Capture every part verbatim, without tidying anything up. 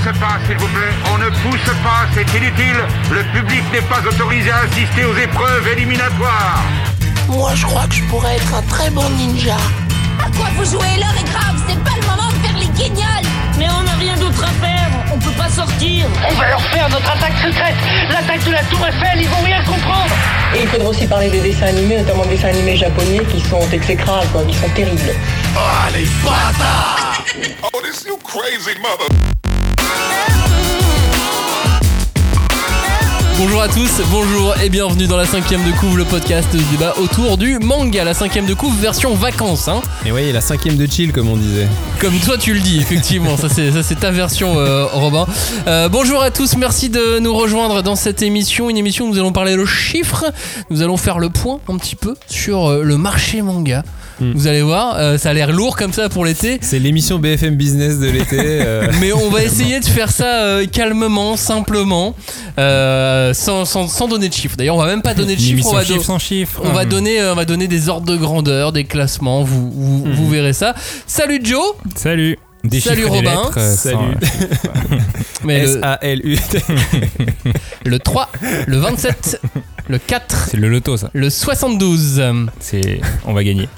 pousse pas, s'il vous plaît. On ne pousse pas, c'est inutile. Le public n'est pas autorisé à assister aux épreuves éliminatoires. Moi, je crois que je pourrais être un très bon ninja. À quoi vous jouez? L'heure est grave, c'est pas le moment de faire les guignols. Mais on n'a rien d'autre à faire, on peut pas sortir. On va leur faire notre attaque secrète, l'attaque de la Tour Eiffel, ils vont rien comprendre. Et il faudra aussi parler des dessins animés, notamment des dessins animés japonais qui sont exécrables, quoi, qui sont terribles. Oh, les bâtards! Oh, this you crazy mother... Bonjour à tous, bonjour et bienvenue dans la cinquième de couve, le podcast de débat autour du manga. La cinquième de couve version vacances, hein. Et oui, la cinquième de chill, comme on disait. Comme toi tu le dis, effectivement, ça c'est, ça c'est ta version, euh, Robin. Euh, bonjour à tous, merci de nous rejoindre dans cette émission, une émission où nous allons parler de chiffres. Nous allons faire le point un petit peu sur euh, le marché manga. Mm. Vous allez voir, euh, ça a l'air lourd comme ça pour l'été. C'est l'émission B F M Business de l'été. Euh... Mais on va essayer de faire ça euh, calmement, simplement, euh, sans, sans, sans donner de chiffres. D'ailleurs, on va même pas donner de chiffres. On va, chiffre do- sans chiffres. On, va donner, euh, on va donner des ordres de grandeur, des classements. Vous, vous, mm. vous verrez ça. Salut Joe. Salut. Des Salut Robin. Lettres, euh, Salut. Mais S A L U. Le trois, le vingt-sept, le quatre. C'est le loto ça. Le soixante-douze. C'est... On va gagner.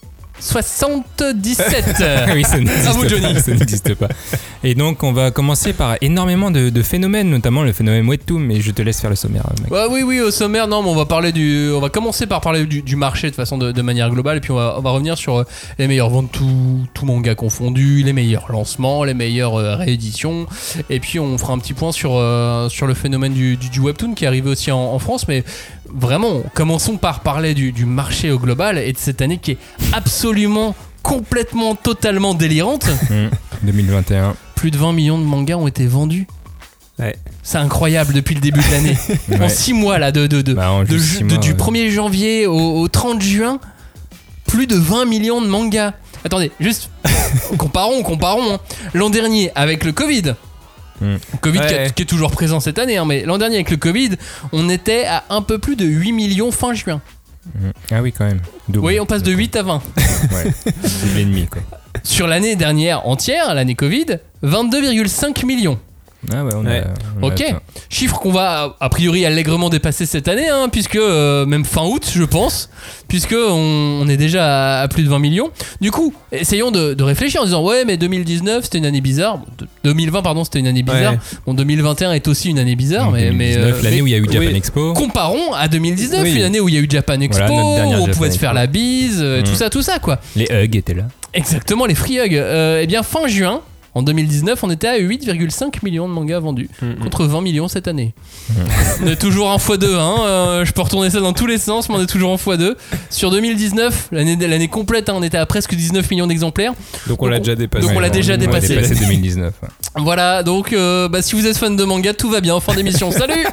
soixante-dix-sept. Oui, ça n'existe, à vous, Johnny. Pas, ça n'existe pas. Et donc, on va commencer par énormément de, de phénomènes, notamment le phénomène Webtoon, mais je te laisse faire le sommaire, mec. Ouais, oui, oui, au sommaire, non, mais on va parler du, on va commencer par parler du, du marché de façon de, de manière globale, et puis on va, on va revenir sur les meilleures ventes, tout, tout manga confondu, les meilleurs lancements, les meilleures euh, rééditions, et puis on fera un petit point sur, euh, sur le phénomène du, du, du Webtoon qui est arrivé aussi en, en France, mais vraiment, commençons par parler du, du marché au global et de cette année qui est absolument, complètement, totalement délirante. Mmh, deux mille vingt et un. Plus de vingt millions de mangas ont été vendus. Ouais. C'est incroyable depuis le début de l'année. Ouais. En six mois là, de, de, de, bah, de, six de mois, du ouais. premier janvier au, au trente juin, plus de vingt millions de mangas. Attendez, juste comparons, comparons. Hein. L'an dernier avec le Covid. Mmh. Covid ouais. qui, a, qui est toujours présent cette année, hein, mais l'an dernier avec le Covid, on était à un peu plus de huit millions fin juin. Mmh. Ah oui, quand même. Double. Oui, on passe de huit à vingt. Ouais, c'est l'ennemi quoi. Sur l'année dernière entière, l'année Covid, vingt-deux virgule cinq millions. Ah ouais, on ouais. a, on ok, a chiffre qu'on va a priori allègrement dépasser cette année, hein, puisque euh, même fin août, je pense, puisque on, on est déjà à, à plus de vingt millions. Du coup, essayons de, de réfléchir en disant ouais, mais deux mille dix-neuf c'était une année bizarre, deux mille vingt pardon c'était une année bizarre. Ouais. Bon, deux mille vingt et un est aussi une année bizarre, mmh, mais deux mille dix-neuf, mais l'année mais, où il y a eu Japan oui, Expo. Comparons à deux mille dix-neuf, oui. Une année où il y a eu Japan Expo, voilà, où on Japan pouvait se faire Expo. la bise, mmh. tout ça, tout ça quoi. Les hugs étaient là. Exactement, les free hugs. Euh, eh bien fin juin. En deux mille dix-neuf, on était à huit virgule cinq millions de mangas vendus, mmh. contre vingt millions cette année. Mmh. On est toujours en fois deux, hein. euh, je peux retourner ça dans tous les sens, mais on est toujours en fois deux. Sur deux mille dix-neuf, l'année, l'année complète, hein, on était à presque dix-neuf millions d'exemplaires. Donc on donc, l'a déjà dépassé. Donc on l'a déjà on dépassé. On l'a dépassé deux mille dix-neuf. Ouais. Voilà, donc euh, bah, si vous êtes fan de manga, tout va bien. Fin d'émission, salut.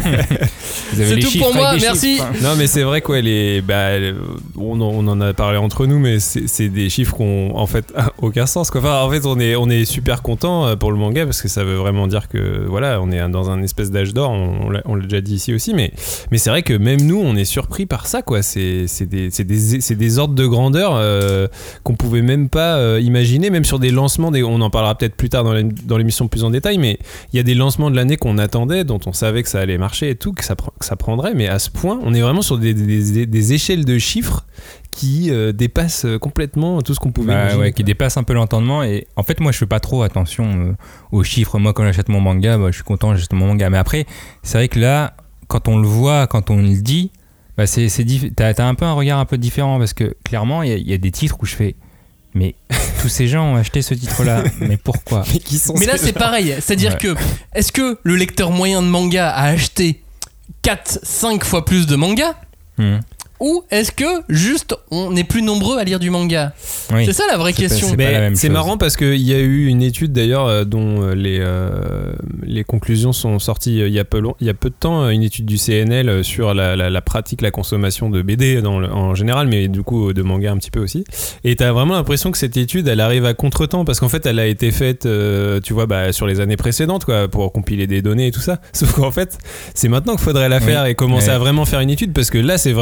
Vous avez c'est les tout chiffres, pour moi, merci. Chiffres, hein. Non mais c'est vrai quoi, les, bah, on, on en a parlé entre nous, mais c'est, c'est des chiffres qui ont en fait aucun sens quoi. Enfin en fait on est, on est super content pour le manga parce que ça veut vraiment dire que voilà, on est dans un espèce d'âge d'or, on, on, l'a, on l'a déjà dit ici aussi, mais, mais c'est vrai que même nous on est surpris par ça quoi. C'est, c'est, des, c'est, des, c'est des ordres de grandeur euh, qu'on pouvait même pas euh, imaginer, même sur des lancements, des, on en parlera peut-être plus tard dans, la, dans l'émission plus en détail, mais il y a des lancements de l'année qu'on attendait, dont on savait que ça allait marcher et tout, que ça, que ça prendrait, mais à ce point on est vraiment sur des, des, des, des échelles de chiffres qui euh, dépassent complètement tout ce qu'on pouvait bah, imaginer. Ouais, qui dépassent un peu l'entendement. Et en fait, moi, je fais pas trop attention euh, aux chiffres. Moi, quand j'achète mon manga, bah, je suis content, j'achète mon manga. Mais après, c'est vrai que là, quand on le voit, quand on le dit, bah, c'est, c'est diff- t'as, t'as un peu un regard un peu différent parce que clairement, il y, y a des titres où je fais. Mais tous ces gens ont acheté ce titre-là. Mais pourquoi ? Mais qui sont Mais là, ces c'est gens pareil. C'est-à-dire ouais. que, est-ce que le lecteur moyen de manga a acheté quatre cinq fois plus de mangas ? mmh. Ou est-ce que juste on est plus nombreux à lire du manga ? Oui. C'est ça la vraie c'est question. Pas, c'est, pas la même c'est chose. marrant parce qu'il y a eu une étude d'ailleurs euh, dont euh, les, euh, les conclusions sont sorties euh, il, y a peu long, il y a peu de temps, une étude du C N L sur la, la, la pratique, la consommation de B D dans le, en général, mais du coup de manga un petit peu aussi. Et t'as vraiment l'impression que cette étude elle arrive à contre-temps parce qu'en fait elle a été faite euh, tu vois, bah, sur les années précédentes quoi, pour compiler des données et tout ça. Sauf qu'en fait c'est maintenant qu'il faudrait la faire oui. et commencer ouais. à vraiment faire une étude parce que là c'est vraiment on est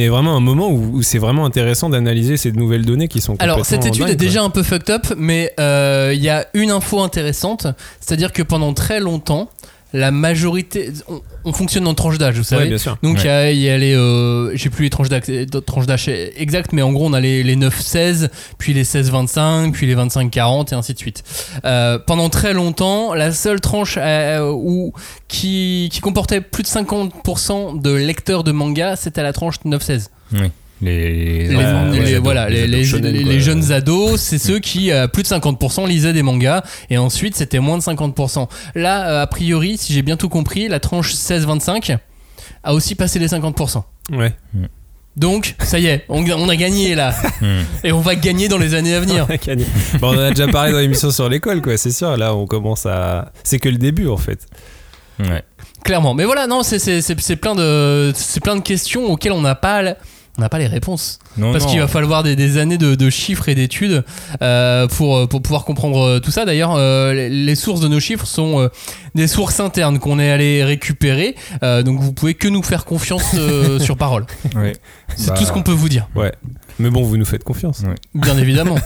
est vraiment à un moment où, où c'est vraiment intéressant d'analyser ces nouvelles données qui sont complètement Alors cette étude dingues, est déjà quoi. un peu fucked up, mais il euh, y a une info intéressante, c'est-à-dire que pendant très longtemps, la majorité, on, on fonctionne en tranche d'âge, vous savez. Ouais, bien sûr. Donc il Ouais. y a, y a les, euh, j'ai plus les tranches d'âge, tranches d'âge exactes, mais en gros on a les, les neuf seize, puis les seize vingt-cinq, puis les vingt-cinq quarante et ainsi de suite. Euh, pendant très longtemps, la seule tranche euh, où, qui, qui comportait plus de cinquante pour cent de lecteurs de manga, c'était la tranche neuf seize. Oui. Les, Les, enfants, les- ouais, les- ados, voilà, les, ados les- shonen, les- quoi. les jeunes ados, c'est ceux qui, à plus de cinquante pour cent, lisaient des mangas, et ensuite c'était moins de cinquante pour cent. Là, euh, a priori, si j'ai bien tout compris, la tranche seize vingt-cinq a aussi passé les cinquante pour cent. Ouais. Donc, ça y est, on, on a gagné là. Et on va gagner dans les années à venir. On a gagné. Bon, on en a déjà parlé dans l'émission sur l'école, quoi, c'est sûr. Là, on commence à. C'est que le début, en fait. Ouais. Clairement. Mais voilà, non, c'est, c'est, c'est, c'est, plein, de, c'est plein de questions auxquelles on n'a pas, la- on n'a pas les réponses. Non, Parce non. qu'il va falloir des, des années de, de chiffres et d'études euh, pour, pour pouvoir comprendre tout ça. D'ailleurs, euh, les, les sources de nos chiffres sont euh, des sources internes qu'on est allé récupérer. Euh, donc vous pouvez que nous faire confiance euh, sur parole. Ouais. C'est Bah, tout ce qu'on peut vous dire. Ouais. Mais bon, vous nous faites confiance. Ouais. Bien évidemment.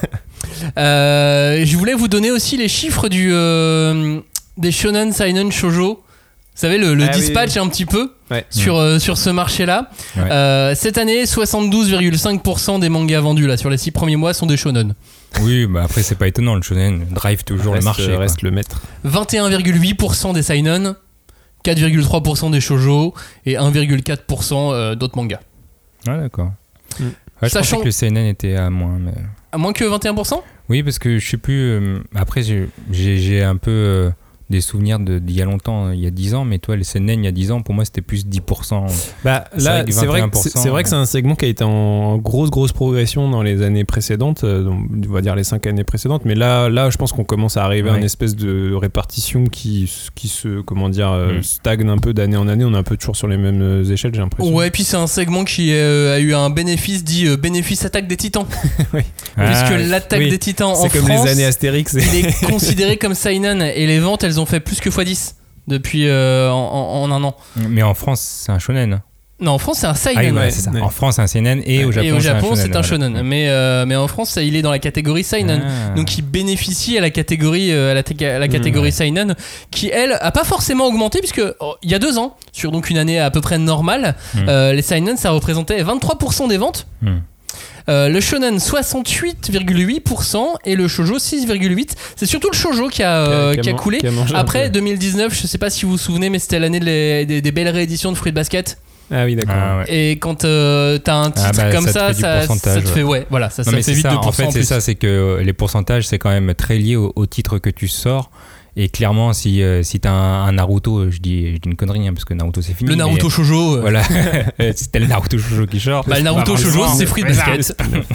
Euh, je voulais vous donner aussi les chiffres du, euh, des Shonen Seinen Shoujo. Vous savez, le, le Ah oui, dispatch oui. un petit peu Ouais. sur, euh, sur ce marché-là. Ouais. Euh, cette année, soixante-douze virgule cinq pour cent des mangas vendus là, sur les six premiers mois sont des shonen. Oui, bah après, c'est pas étonnant. Le shonen drive toujours reste, le marché. quoi. reste le maître. vingt et un virgule huit pour cent des seinen, quatre virgule trois pour cent des shoujo et un virgule quatre pour cent euh, d'autres mangas. Ah, d'accord. Mm. Ouais, je Sachant- pensais que le C N N était à moins. Mais... À moins que vingt et un pour cent. Oui, parce que je sais plus. euh, après, j'ai, j'ai, j'ai un peu euh, des souvenirs de, d'il y a longtemps, il y a dix ans, mais toi, le C N N, il y a dix ans, pour moi, c'était plus dix pour cent. Bah C'est là, vrai que c'est vrai, que, c'est, c'est vrai que c'est un segment qui a été en grosse grosse progression dans les années précédentes, euh, donc, on va dire les cinq années précédentes. Mais là, là, je pense qu'on commence à arriver à Ouais. une espèce de répartition qui, qui se, comment dire, euh, Mm. stagne un peu d'année en année. On est un peu toujours sur les mêmes euh, échelles, j'ai l'impression. Ouais, et puis c'est un segment qui euh, a eu un bénéfice dit euh, bénéfice attaque des titans. Oui. Puisque Ah, l'attaque oui. des titans C'est en comme France, les années Astérix. il est considéré comme seinen et les ventes elles ont fait plus que fois dix depuis euh, en, en- en un an. Mais en France, c'est un shonen. Non, en France c'est un Ah oui, seinen. ouais, ouais. c'est ça. Ouais. En France, c'est un C N N et au Japon, et au Japon c'est un voilà. shonen. Mais, euh, mais en France il est dans la catégorie seinen. Ah. Donc il bénéficie à la catégorie, euh, à la, té- à la catégorie ouais. seinen qui elle a pas forcément augmenté puisque oh, il y a deux ans, sur donc une année à peu près normale, Mm. euh, les seinen ça représentait vingt-trois pour cent des ventes. Mm. Euh, le shonen soixante-huit virgule huit pour cent et le shoujo six virgule huit pour cent. C'est surtout le shoujo qui a, euh, qui a man- coulé. qui a mangé un Après peu. deux mille dix-neuf, je sais pas si vous vous souvenez, mais c'était l'année de les- des, des belles rééditions de Fruits de Basket. Ah oui, d'accord. Ah, ouais. Et quand euh, t'as un titre Ah bah, comme ça te ça, fait du ça, ça pourcentage, te fait ouais, voilà, ça, Non, ça mais fait c'est vite ça, deux pour cent en fait, en c'est plus. ça, c'est que les pourcentages, c'est quand même très lié au, au titre que tu sors. Et clairement, si, euh, si t'as un, un Naruto, je dis, je dis une connerie, hein, parce que Naruto c'est fini. Le Naruto mais, shoujo. euh, Voilà, c'était le Naruto shoujo qui sort. Bah, le Naruto Bah, shoujo, forcément, c'est Fruits de Basket.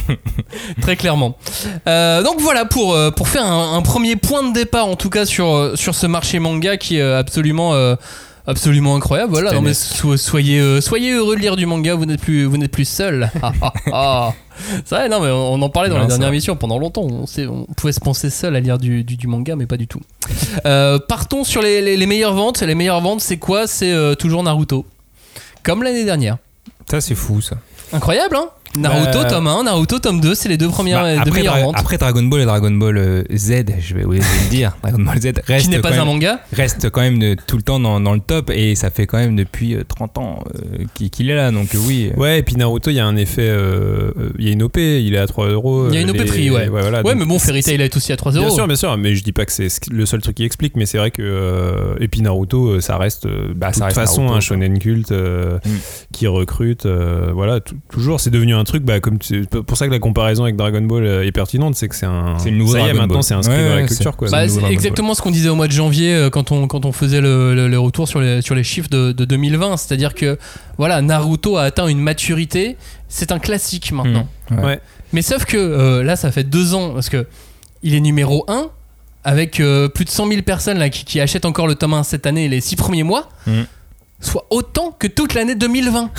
Très clairement. Euh, donc voilà, pour, euh, pour faire un, un premier point de départ, en tout cas, sur, euh, sur ce marché manga qui est euh, absolument. euh, Absolument incroyable, voilà. Non, mais so- soyez, euh, soyez heureux de lire du manga, vous n'êtes plus, vous n'êtes plus seul. Ah, ah, ah. C'est vrai, non, mais on en parlait dans Non, les c'est dernières vrai. émissions pendant longtemps. On, sait- on pouvait se penser seul à lire du, du, du manga, mais pas du tout. Euh, partons sur les, les, les meilleures ventes. Les meilleures ventes, c'est quoi? C'est euh, toujours Naruto. Comme l'année dernière. Ça, c'est fou, ça. Incroyable, hein? Naruto Bah, tome un, Naruto tome deux, c'est les deux premières Bah, deux après, meilleures Dra- ventes. après Dragon Ball et Dragon Ball euh, Z, je vais oser le dire, Dragon Ball Z reste, Qui n'est pas quand un même, manga. reste quand même de- tout le temps dans, dans le top et ça fait quand même depuis euh, trente ans euh, qu'il, qu'il est là, donc euh, oui. euh, Ouais, et puis Naruto, il y a un effet. euh, euh, Il y a une O P, il est à trois euros. Il y a une O P les- prix, ouais. voilà, Ouais, donc mais bon, c'est- Fairy Tail est aussi à trois euros. Bien sûr, bien sûr, mais je dis pas que c'est le seul truc qui explique, mais c'est vrai que. Euh, et puis Naruto, euh, ça reste euh, Bah, de ça toute reste façon Naruto, un shonen culte euh, Mm. qui recrute. euh, voilà, t- toujours, c'est devenu un truc, bah, comme c'est pour ça que la comparaison avec Dragon Ball euh, est pertinente, c'est que c'est un. C'est le nouveau ça y est, Dragon maintenant Ball. c'est inscrit Ouais, dans la ouais, culture, c'est- quoi. Bah, le nouveau c'est Dragon Ball. exactement ce qu'on disait au mois de janvier euh, quand on, quand on faisait le, le, le retour sur les, sur les chiffres de, de deux mille vingt. C'est-à-dire que voilà, Naruto a atteint une maturité. C'est un classique maintenant. Mmh, ouais. Ouais. Mais sauf que euh, là, ça fait deux ans parce que il est numéro un avec euh, plus de cent mille personnes là, qui, qui achètent encore le tome un cette année, les six premiers mois, Mmh. soit autant que toute l'année deux mille vingt.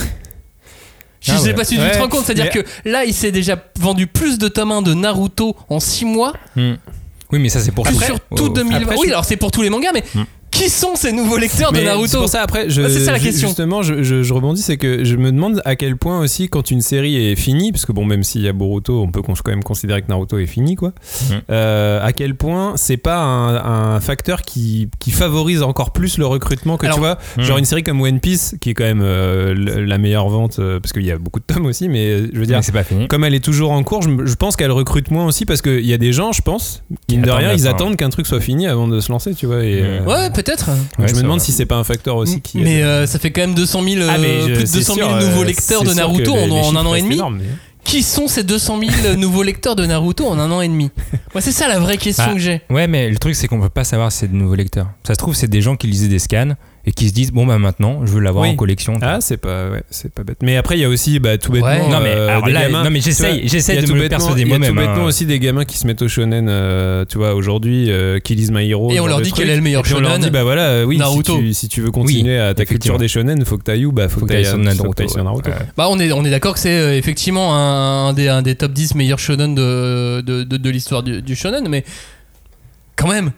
Je Ah sais ouais. pas si tu Ouais, te rends compte, c'est-à-dire mais- que là, il s'est déjà vendu plus de tomes un de Naruto en six mois Mmh. Oui, mais ça c'est pour que tout. sur Oh, tout oh. deux mille vingt. Après, Oui, je- alors c'est pour tous les mangas, mais Mm. Qui sont ces nouveaux lecteurs de Mais Naruto? C'est pour ça après, je, ah, c'est ça la question. Justement, je, je, je rebondis, c'est que je me demande à quel point aussi quand une série est finie, parce que bon, même s'il y a Boruto, on peut quand même considérer que Naruto est fini, quoi. Mmh. Euh, à quel point c'est pas un, un facteur qui, qui favorise encore plus le recrutement que Alors, tu vois, mmh. genre une série comme One Piece qui est quand même euh, la meilleure vente, euh, parce qu'il y a beaucoup de tomes aussi, mais je veux dire, c'est pas fini. Comme elle est toujours en cours, je, je pense qu'elle recrute moins aussi parce qu'il y a des gens, je pense, mine de rien, ils attendent qu'un truc soit fini avant de se lancer, tu vois. Et, mmh. Ouais, peut-être. Ouais, je me demande vrai. si c'est pas un facteur aussi qui. Mais euh, ça fait quand même deux cent mille, ah, euh, je, plus de deux cent mille sûr, nouveaux euh, lecteurs de Naruto en, les, les en un an et demi. Énorme, mais... Qui sont ces deux cent mille nouveaux lecteurs de Naruto en un an et demi? Moi, c'est ça la vraie question bah, que j'ai. Ouais, mais le truc, c'est qu'on peut pas savoir si c'est de nouveaux lecteurs. Ça se trouve, c'est des gens qui lisaient des scans et qui se disent bon bah maintenant je veux l'avoir oui. en collection. Ah c'est pas ouais, c'est pas bête. Mais après il y a aussi bah tout bêtement ouais. non mais euh, des là, gamins. Non mais j'essaye j'essaye de me le persuader moi-même. Il y a tout bêtement hein. aussi des gamins qui se mettent au shonen euh, tu vois aujourd'hui euh, qui lisent My Hero et on leur dit quel est le meilleur shonen. On leur dit bah voilà euh, oui Naruto. Si tu, si tu veux continuer oui, à ta culture des shonen faut que t'ailles où bah faut, faut que t'ailles sur Naruto. Sur Naruto. Ouais. Bah on est on est d'accord que c'est euh, effectivement un, un des un des top dix meilleurs shonen de de de, de l'histoire du, du shonen mais quand même.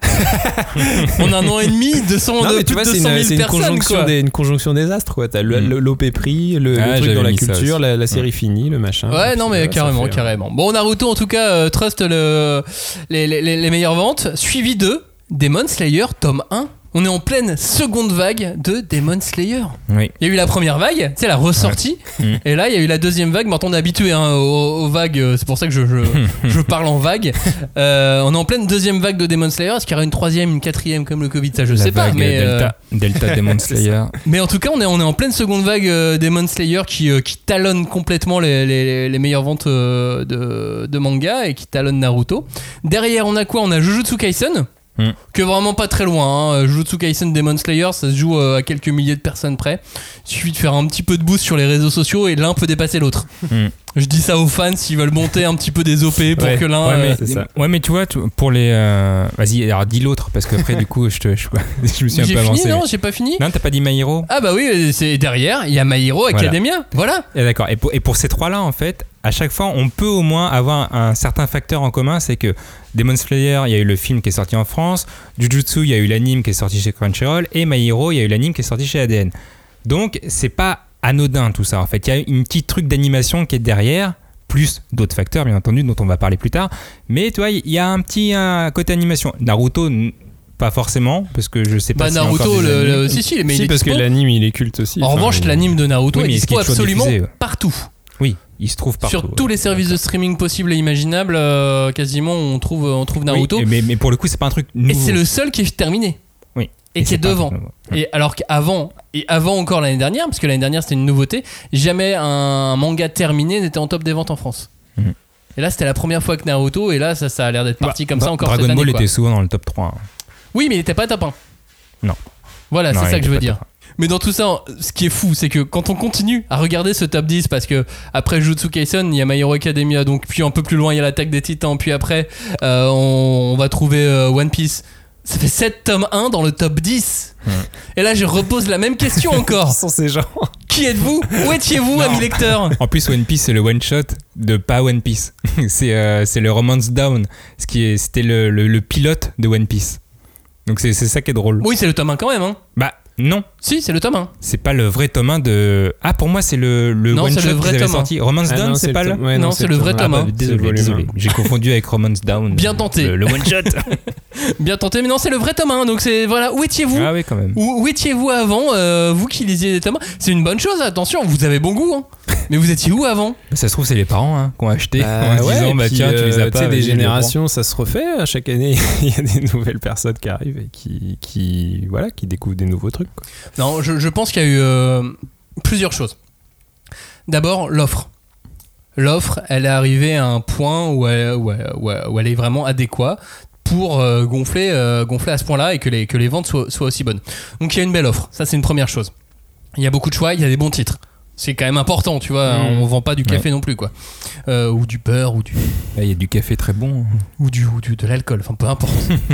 En un an et demi, deux cents, non, de, mais tu plus vois, de deux cent mille c'est une, personnes. Conjonction quoi. Des, une conjonction des astres, quoi. T'as le, mm. l'O P prix, le, ah, le truc dans la culture, la, la ouais. série finie, le machin. Ouais, non, mais là, carrément, fait, carrément. Bon, Naruto, en tout cas, euh, trust le, les, les, les meilleures ventes. Suivi de Demon Slayer, tome un. On est en pleine seconde vague de Demon Slayer. Oui. Il y a eu la première vague, tu sais, la ressortie. Ouais. Et là, il y a eu la deuxième vague. Maintenant, on est habitué hein, aux, aux vagues. C'est pour ça que je, je, je parle en vague. Euh, on est en pleine deuxième vague de Demon Slayer. Est-ce qu'il y aura une troisième, une quatrième comme le Covid? Ça, je la sais pas. Mais Delta, euh... Delta Demon Slayer. Mais en tout cas, on est, on est en pleine seconde vague euh, Demon Slayer qui, euh, qui talonne complètement les, les, les meilleures ventes euh, de, de manga et qui talonne Naruto. Derrière, on a quoi? On a Jujutsu Kaisen. Mm. Que vraiment pas très loin hein. Jujutsu Kaisen Demon Slayer ça se joue euh, à quelques milliers de personnes près. Il suffit de faire un petit peu de boost sur les réseaux sociaux et l'un peut dépasser l'autre. mm. Je dis ça aux fans s'ils veulent monter un petit peu des O P pour ouais, que l'un ouais, mais, euh, c'est ça. Ouais mais tu vois tu, pour les euh... vas-y alors dis l'autre parce qu'après du coup je, te, je, je me suis j'ai un peu fini, avancé non mais... j'ai pas fini non t'as pas dit My Hero. Ah bah oui c'est derrière il y a My Hero Academia voilà, voilà. Et d'accord et pour, et pour ces trois là en fait à chaque fois on peut au moins avoir un certain facteur en commun, c'est que Demon Slayer il y a eu le film qui est sorti en France, Jujutsu il y a eu l'anime qui est sorti chez Crunchyroll et My Hero il y a eu l'anime qui est sorti chez A D N. Donc c'est pas anodin tout ça en fait, il y a une petite truc d'animation qui est derrière plus d'autres facteurs bien entendu dont on va parler plus tard, mais tu vois il y a un petit un côté animation. Naruto pas forcément parce que je sais pas bah, si Naruto le, le, si si mais si, il est parce dispo. que l'anime il est culte aussi. En revanche il... l'anime de Naruto oui, est dispo absolument diffusé, ouais. partout. Oui, il se trouve partout. Sur ouais. tous les services de streaming possibles et imaginables, euh, quasiment on trouve, on trouve Naruto. Oui, mais, mais pour le coup, c'est pas un truc nouveau. Et c'est le seul qui est terminé. Oui. Et, et qui est devant. Ouais. Et alors qu'avant, et avant encore l'année dernière, parce que l'année dernière c'était une nouveauté, jamais un manga terminé n'était en top des ventes en France. Mmh. Et là, c'était la première fois que Naruto, et là, ça, ça a l'air d'être parti bah, comme bah, ça encore Dragon cette année. Ball quoi. était souvent dans le top trois. Oui, mais il était pas top un. Non. Voilà, non, c'est ça que je veux dire. Top. Mais dans tout ça, ce qui est fou, c'est que quand on continue à regarder ce top dix, parce que après Jujutsu Kaisen, il y a My Hero Academia, donc puis un peu plus loin, il y a l'Attaque des Titans, puis après, euh, on, on va trouver euh, One Piece. Ça fait sept tomes un dans le top dix. Mmh. Et là, je repose la même question encore. Qui sont ces gens? Qui êtes-vous? Où étiez-vous, amis lecteurs? En plus, One Piece, c'est le one-shot de pas One Piece. c'est, euh, c'est le Romance Down. Ce qui est, c'était le, le, le pilote de One Piece. Donc c'est, c'est ça qui est drôle. Oui, c'est le tome un quand même. Hein. Bah, non. Si, c'est le tome un. C'est pas le vrai tome un de... Ah, pour moi, c'est le, le non, one-shot c'est le vrai qu'ils avaient tome sorti. Romance ah Down, non, c'est, c'est pas le... le... Ouais, non, non, c'est, c'est le vrai tome un. Ah, bah, désolé, désolé. J'ai confondu avec Romance Down. Bien tenté. Le, le one-shot. Bien tenté, mais non, c'est le vrai tome un. Donc c'est... Voilà, où étiez-vous? Ah oui, quand même. Où, où étiez-vous avant, euh, vous qui lisiez des tomes un? C'est une bonne chose, attention, vous avez bon goût. Hein. Mais vous étiez où avant? Ça se trouve, c'est les parents hein, qui ont acheté euh, en se ouais, disant, bah puis, tiens, tu les as euh, pas. Tu sais, des générations, ça se refait. À chaque année, il y a des nouvelles personnes qui arrivent et qui, qui, voilà, qui découvrent des nouveaux trucs. Quoi. Non, je, je pense qu'il y a eu euh, plusieurs choses. D'abord, l'offre. L'offre, elle est arrivée à un point où elle, où elle, où elle est vraiment adéquate pour euh, gonfler, euh, gonfler à ce point-là et que les, que les ventes soient, soient aussi bonnes. Donc il y a une belle offre, ça c'est une première chose. Il y a beaucoup de choix, il y a des bons titres. C'est quand même important, tu vois, mmh. on vend pas du café ouais. non plus, quoi. Euh, ou du beurre, ou du... Il y a du café très bon. Ou, du, ou du, de l'alcool, enfin peu importe.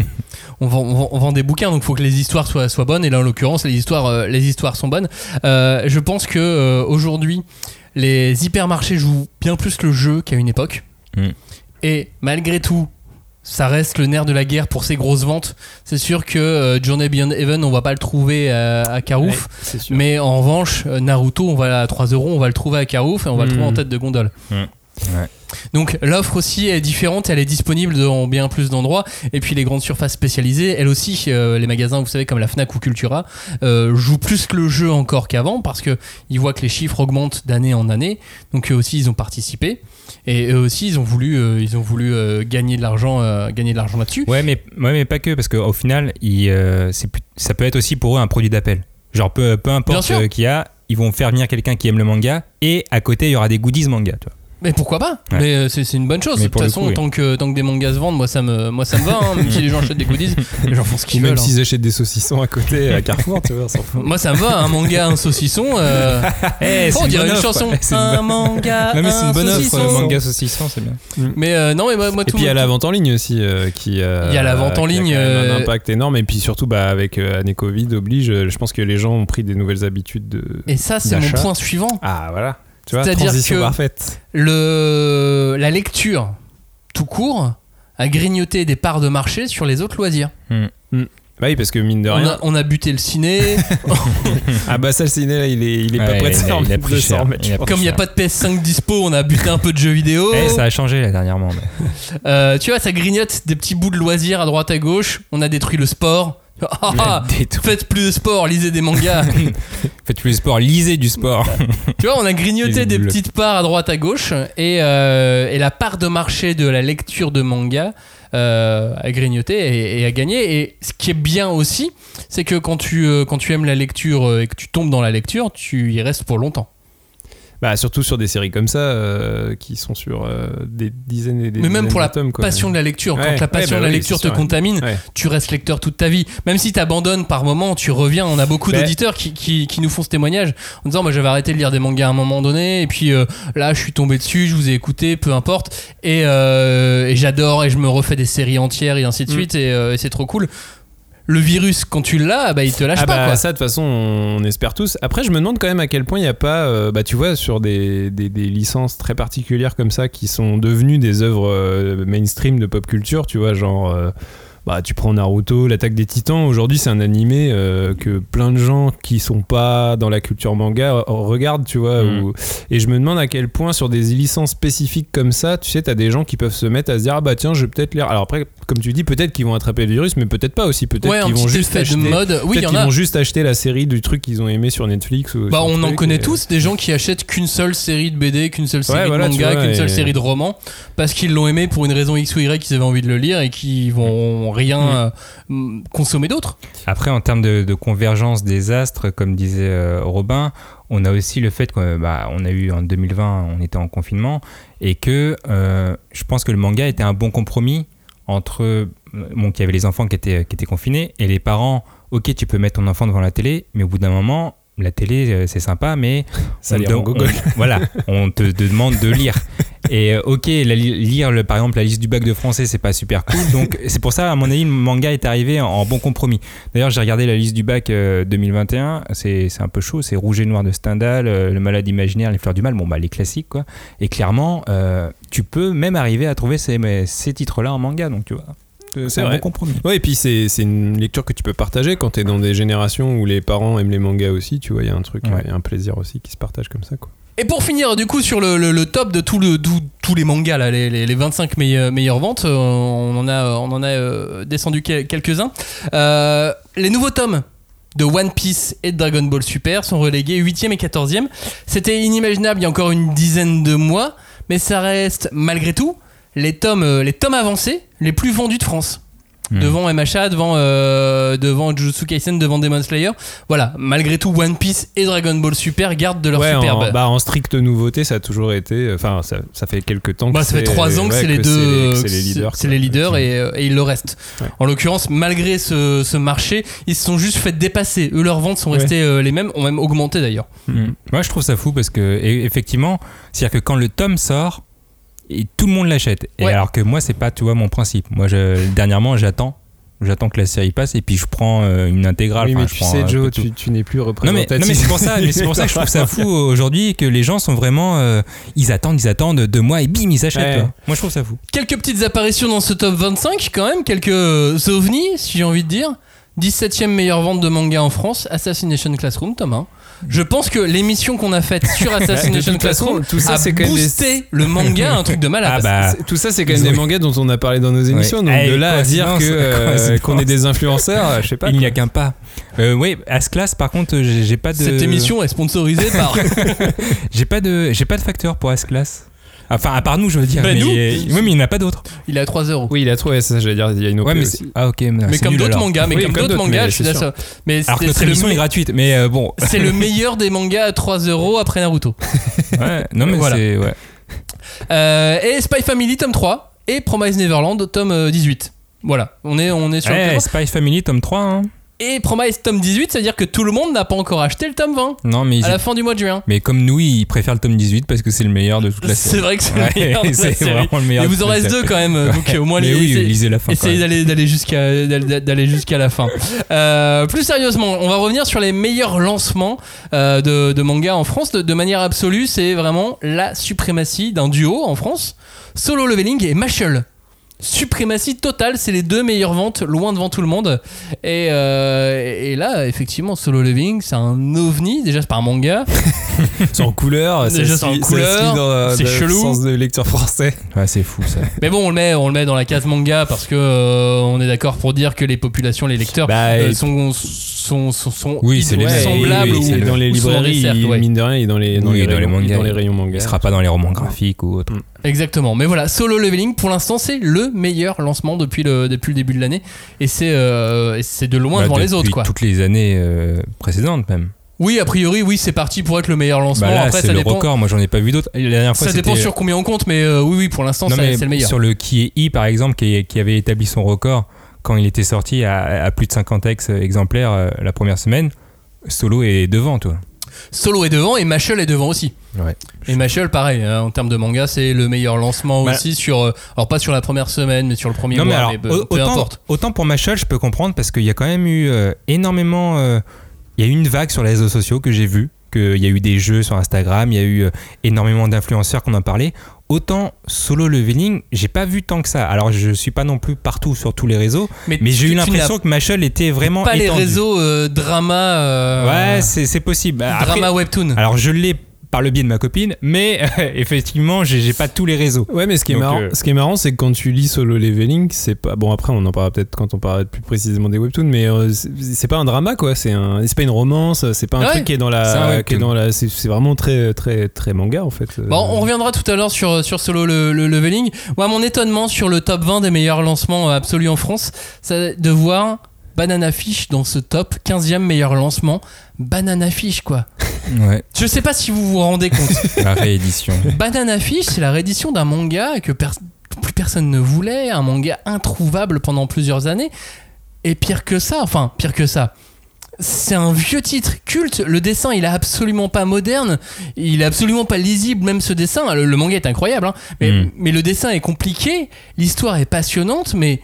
on, vend, on, vend, on vend des bouquins, donc il faut que les histoires soient, soient bonnes, et là en l'occurrence, les histoires, euh, les histoires sont bonnes. Euh, je pense que euh, aujourd'hui, les hypermarchés jouent bien plus le jeu qu'à une époque. Mmh. Et malgré tout, ça reste le nerf de la guerre pour ces grosses ventes. C'est sûr que euh, Journey Beyond Heaven, on va pas le trouver à, à Carouf, ouais, mais en revanche, Naruto, on va à trois euros, on va le trouver à Carouf et on va mmh. le trouver en tête de gondole. Mmh. Ouais. Donc l'offre aussi est différente, elle est disponible dans bien plus d'endroits. Et puis les grandes surfaces spécialisées, elles aussi, euh, les magasins, vous savez, comme la Fnac ou Cultura, euh, jouent plus que le jeu encore qu'avant, parce qu'ils voient que les chiffres augmentent d'année en année. Donc eux aussi, ils ont participé. Et eux aussi, ils ont voulu, euh, ils ont voulu euh, gagner de l'argent, euh, gagner de l'argent là-dessus. Ouais, mais, ouais, mais pas que, parce qu'au final, ils, euh, c'est plus, ça peut être aussi pour eux un produit d'appel. Genre peu, peu importe euh, qu'il y a, ils vont faire venir quelqu'un qui aime le manga, et à côté, il y aura des goodies manga, tu vois. Mais pourquoi pas? Ouais. Mais euh, c'est, c'est une bonne chose. De toute façon, coup, oui. tant, que, tant que des mangas se vendent, moi ça me, moi, ça me va. Hein. Même si les gens achètent des goodies, les gens font ce qu'ils veulent. Même hein. s'ils achètent des saucissons à côté à Carrefour, tu vois, s'en fout. Moi ça me va, un manga, un saucisson. Euh... hey, oh, on dirait une chanson. C'est un une... manga, non, mais c'est une bonne saucisson. offre. Manga saucisson, c'est bien. Mais euh, non, mais moi, moi et tout. puis il y a la vente en ligne aussi euh, qui. Euh, il y a la vente en ligne. Qui a quand même euh... un impact énorme. Et puis surtout, bah, avec euh, année Covid oblige, je pense que les gens ont pris des nouvelles habitudes de. Et ça, c'est d'achat. mon point suivant. Ah voilà. Tu vois, c'est-à-dire transition que parfaite. Le, la lecture, tout court, a grignoté des parts de marché sur les autres loisirs. Mmh. Mmh. Bah oui, parce que mine de on rien. A, on a buté le ciné. ah bah ça, le ciné, là, il est, il est ouais, pas prêt de faire il a pris cher. Comme il n'y a pas de P S cinq dispo, on a buté un peu de jeux vidéo. Eh, ça a changé là dernièrement. Mais... euh, tu vois, ça grignote des petits bouts de loisirs à droite à gauche. On a détruit le sport. Ah, faites plus de sport, lisez des mangas. Faites plus de sport, lisez du sport. Tu vois, on a grignoté des petites parts à droite à gauche et, euh, et la part de marché de la lecture de manga euh, a grignoté et, et a gagné. Et ce qui est bien aussi, c'est que quand tu, euh, quand tu aimes la lecture et que tu tombes dans la lecture, tu y restes pour longtemps. Bah, surtout sur des séries comme ça euh, qui sont sur euh, des dizaines et des mais même pour la tomes, quoi. passion de la lecture, ouais, quand la passion ouais, bah de la oui, lecture te sûr, contamine, ouais. tu restes lecteur toute ta vie. Même si tu abandonnes par moment, tu reviens. On a beaucoup bah, d'auditeurs qui, qui, qui nous font ce témoignage en disant moi j'avais arrêté de lire des mangas à un moment donné et puis euh, là je suis tombé dessus, je vous ai écouté, peu importe, et, euh, et j'adore et je me refais des séries entières et ainsi de suite mm. et, euh, et c'est trop cool. Le virus, quand tu l'as, bah, il te lâche ah pas. Bah, quoi. Ça, de toute façon, on espère tous. Après, je me demande quand même à quel point il n'y a pas, euh, bah, tu vois, sur des, des, des licences très particulières comme ça qui sont devenues des œuvres euh, mainstream de pop culture, tu vois, genre. Euh, Bah, tu prends Naruto, l'Attaque des Titans, aujourd'hui c'est un animé euh, que plein de gens qui sont pas dans la culture manga regardent, tu vois. Mmh. Où... Et je me demande à quel point sur des licences spécifiques comme ça, tu sais, t'as des gens qui peuvent se mettre à se dire ah bah tiens, je vais peut-être lire. Alors après, comme tu dis, peut-être qu'ils vont attraper le virus, mais peut-être pas aussi. Peut-être ouais, qu'ils vont juste acheter. De mode. Oui, peut-être qu'ils vont juste acheter la série du truc qu'ils ont aimé sur Netflix. Ou bah, sur on en truc, connaît et... tous des gens qui achètent qu'une seule série de B D, qu'une seule série ouais, de voilà, manga, vois, qu'une et... seule série de romans, parce qu'ils l'ont aimé pour une raison X ou Y, qu'ils avaient envie de le lire et qui vont rien mmh. euh, consommer d'autres. Après, en termes de, de convergence des astres, comme disait euh, Robin, on a aussi le fait qu'on bah, on a eu en deux mille vingt, on était en confinement, et que euh, je pense que le manga était un bon compromis entre bon, qu'il y avait les enfants qui étaient, qui étaient confinés et les parents. Ok, tu peux mettre ton enfant devant la télé, mais au bout d'un moment, la télé c'est sympa, mais ça on, on, on, voilà, on te, te demande de lire. Et ok, la, lire le, par exemple la liste du bac de français, c'est pas super cool. Donc c'est pour ça, à mon avis, le manga est arrivé en, en bon compromis. D'ailleurs, j'ai regardé la liste du bac euh, deux mille vingt et un. C'est, c'est un peu chaud. C'est Rouge et Noir de Stendhal, euh, Le Malade imaginaire, Les Fleurs du Mal. Bon bah les classiques quoi. Et clairement, euh, tu peux même arriver à trouver ces, ces titres-là en manga. Donc tu vois. C'est, c'est un bon compromis. Ouais, et puis c'est, c'est une lecture que tu peux partager quand t'es dans des générations où les parents aiment les mangas aussi. Tu vois, il y a un truc, il ouais. y a un plaisir aussi qui se partage comme ça quoi. Et pour finir, du coup, sur le, le, le top de tout le, tout, tous les mangas, là, les, les, les vingt-cinq meilleures, meilleures ventes, euh, on en a, on en a euh, descendu quelques-uns. Euh, les nouveaux tomes de One Piece et de Dragon Ball Super sont relégués huitième et quatorzième. C'était inimaginable il y a encore une dizaine de mois, mais ça reste, malgré tout, les tomes, les tomes avancés les plus vendus de France. Mmh. Devant M H A, devant, euh, devant Jujutsu Kaisen, devant Demon Slayer. Voilà, malgré tout, One Piece et Dragon Ball Super gardent de leur ouais, superbe. En, bah, en stricte nouveauté, ça a toujours été. Enfin, ça, ça fait quelques temps que bah, ça c'est. fait trois ans que ouais, c'est les que deux. C'est les, c'est les leaders. C'est, c'est les leaders et, et ils le restent. Ouais. En l'occurrence, malgré ce, ce marché, ils se sont juste fait dépasser. Eux, leurs ventes sont restées ouais. euh, les mêmes, ont même augmenté d'ailleurs. Mmh. Moi, je trouve ça fou parce que, effectivement, c'est-à-dire que quand le tome sort, et tout le monde l'achète. Et ouais. alors que moi, c'est pas, tu vois, mon principe. Moi, je, dernièrement, j'attends. j'attends que la série passe et puis je prends euh, une intégrale. Oui, enfin, mais je tu prends, sais, euh, Joe, tout. tu, tu n'es plus Non mais, représentatif. non mais c'est pour ça, mais c'est pour ça que je trouve ça fou aujourd'hui que les gens sont vraiment, euh, ils attendent, ils attendent deux mois et bim ils s'achètent. Ouais. Quoi. Moi je trouve ça fou. Quelques petites apparitions dans ce top vingt-cinq quand même, quelques euh, ovnis si j'ai envie de dire. dix-septième meilleure vente de manga en France, Assassination Classroom, Tom. Hein. Je pense que l'émission qu'on a faite sur Assassination De toute façon, Classroom tout ça, a c'est quand même boosté des- le manga, un truc de malade. Ah bah, C'est- Tout ça, c'est quand même Ils des ont- mangas dont on a parlé dans nos émissions. Ouais. Donc Hey, de là à dire coïncidence, que, euh, coïncidence. qu'on est des influenceurs, je sais pas. il n'y quoi. a qu'un pas. Euh, oui, As-Class par contre, j'ai, j'ai pas de. Cette émission est sponsorisée par. J'ai pas de, j'ai pas de facteur pour As-Class. Enfin, à part nous, je veux dire. Bah, mais, nous. oui, mais il n'y en a pas d'autres. Il est à trois euros. Oui, il a trouvé, ça, j'allais dire, il y a une O P Ouais, mais aussi. c'est- ah ok. Mais, Mais c'est comme nul, d'autres alors. mangas, mais Oui, comme comme d'autres d'autres, mangas, mais je suis c'est d'accord. Mais Alors que c'est, notre c'est le, émission est gratuite, mais euh, bon. c'est le meilleur des mangas à trois euros après Naruto. Ouais, non mais Voilà. c'est ouais. Euh, et Spy Family tome trois et Promise Neverland tome euh, dix-huit. Voilà, on est, on est sur Ouais, le Spy Family tome trois. Hein. Et Promise tome dix-huit, c'est-à-dire que tout le monde n'a pas encore acheté le tome vingt Non mais ils- à la fin du mois de juin. mais comme nous, ils préfèrent le tome dix-huit parce que c'est le meilleur de toute la série. C'est vrai que c'est Ouais, le meilleur de la c'est série. vraiment le meilleur Et de vous en toute la reste deux série. quand même, donc Ouais. au moins Mais les, oui, essayez- lisez la fin. essayez quand même. d'aller, d'aller, jusqu'à, d'aller, d'aller jusqu'à la fin. Euh, plus sérieusement, on va revenir sur les meilleurs lancements euh, de, de manga en France. De, de manière absolue, c'est vraiment la suprématie d'un duo en France, Solo Leveling et Mashle. Suprématie totale, c'est les deux meilleures ventes, loin devant tout le monde. Et, euh, et là, effectivement, Solo Leveling, c'est un ovni. Déjà, c'est pas un manga. C'est en couleur, ça Déjà, se c'est en lit- ça se couleur, lit dans, euh, c'est dans le chelou. sens de lecteur français. Ouais, c'est fou ça. Mais bon, on le met, on le met dans la case manga parce que euh, on est d'accord pour dire que les populations, les lecteurs Bah, euh, et- sont, sont, sont, sont Oui, c'est les Ouais, semblables et- et ou, c'est dans les ou sont dans des librairies, cercles, il- ouais. mine de rien, il est dans les, dans Oui, les, dans les rayons, mangas. dans les rayons manga. Il sera pas dans les romans graphiques ou autre. Exactement. Mais voilà, Solo Leveling, pour l'instant, c'est le meilleur lancement depuis le, depuis le début de l'année. Et c'est, euh, et c'est de loin Bah, devant les depuis autres, quoi. toutes les années euh, précédentes même. Oui, a priori, oui, c'est parti pour être le meilleur lancement. Bah là, Après, c'est ça le dépend. record. Moi, j'en ai pas vu d'autres. La dernière fois, Ça dépend c'était- sur combien on compte, mais euh, oui, oui, pour l'instant, Non, ça- mais c'est le meilleur. sur le qui est I par exemple, qui, qui avait établi son record quand il était sorti à, à plus de cinquante ex exemplaires euh, la première semaine, Solo est devant, toi. Solo est devant et Mashle est devant aussi. Ouais. Et Mashle, pareil, hein, en termes de manga, c'est le meilleur lancement Bah, aussi sur. euh, alors, pas sur la première semaine, mais sur le premier Non, mais mois. alors, mais peu, au- peu autant, importe. autant pour Mashle, je peux comprendre parce qu'il y a quand même eu euh, énormément. euh, Il y a eu une vague sur les réseaux sociaux que j'ai vu, qu'il y a eu des jeux sur Instagram, il y a eu euh, énormément d'influenceurs qu'on en parlait. Autant Solo Leveling, j'ai pas vu tant que ça. Alors je suis pas non plus partout sur tous les réseaux, mais j'ai tu- eu tu l'impression que Mashle était vraiment Pas les étendu. réseaux euh, drama. euh, Ouais, c'est, c'est possible. Après- drama webtoon. Alors je l'ai par le biais de ma copine, mais euh, effectivement, j'ai, j'ai pas tous les réseaux. Ouais, mais ce qui est Donc, marrant, euh, ce qui est marrant, c'est que quand tu lis Solo Leveling, c'est pas bon. Après, on en parlera peut-être quand on parlera plus précisément des webtoons, mais euh, c'est, c'est pas un drama, quoi. C'est un, c'est pas une romance. C'est pas un Ouais. truc qui est dans C'est un la, webtoon. qui est dans la. C'est, c'est vraiment très, très, très manga en fait. Bon, on reviendra tout à l'heure sur, sur Solo le, le Leveling. Moi, mon étonnement sur le top vingt des meilleurs lancements euh, absolus en France, c'est de voir Banana Fish dans ce top, quinzième meilleur lancement. Banana Fish, quoi. Ouais, Je sais pas si vous vous rendez compte. la réédition. Banana Fish, c'est la réédition d'un manga que pers- plus personne ne voulait, un manga introuvable pendant plusieurs années. Et pire que ça, enfin, pire que ça. C'est un vieux titre culte. Le dessin, il est absolument pas moderne. Il est absolument pas lisible, même ce dessin. Le, le manga est incroyable, hein. mais, Mm. mais le dessin est compliqué. L'histoire est passionnante, mais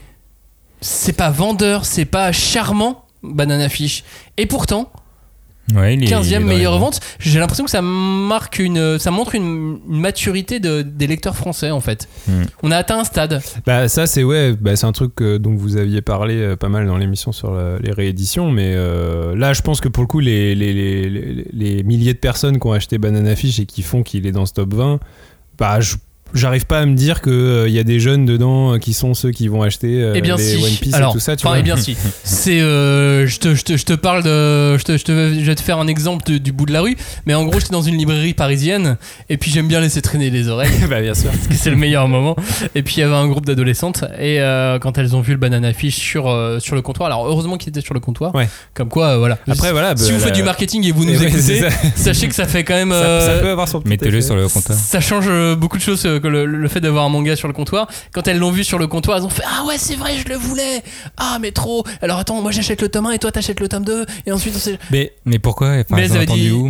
c'est pas vendeur, c'est pas charmant, Banana Fish. Et pourtant, Ouais, il est- quinzième il est dans les meilleure ventes. vente, j'ai l'impression que ça marque une, ça montre une, une maturité de, des lecteurs français en fait. Mm. On a atteint un stade. Bah ça c'est ouais, bah, c'est un truc euh, dont vous aviez parlé euh, pas mal dans l'émission sur la- les rééditions, mais euh, là je pense que pour le coup les, les, les, les, les milliers de personnes qui ont acheté Banana Fish et qui font qu'il est dans ce top vingt, bah je j'arrive pas à me dire qu'il euh, y a des jeunes dedans euh, qui sont ceux qui vont acheter euh, Eh bien les si. One Piece Alors, et tout ça, tu enfin, vois. eh bien si. C'est, euh, je te, je te, je te parle de, je te, je te, je vais te faire un exemple de- du bout de la rue, mais en gros j'étais dans une librairie parisienne et puis j'aime bien laisser traîner les oreilles. Bah bien sûr. Parce que c'est le meilleur moment. Et puis il y avait un groupe d'adolescentes et euh, quand elles ont vu le Banana Fish sur, euh, sur le comptoir, alors heureusement qu'il était sur le comptoir, Ouais. comme quoi euh, voilà. Après voilà, Si bah, vous faites la- du marketing et vous nous Eh ouais, écoutez, c'est ça. sachez que ça fait quand même. Ça, euh, ça peut avoir son petit Mettez-le effet. sur le compteur. Ça change euh, beaucoup de choses euh, que le, le fait d'avoir un manga sur le comptoir. Quand elles l'ont vu sur le comptoir, elles ont fait ah ouais c'est vrai je le voulais. Ah mais trop. Alors attends moi j'achète le tome un et toi t'achètes le tome deux et ensuite on s'est... Mais Mais pourquoi enfin, Mais ils elles ont avaient entendu dit- où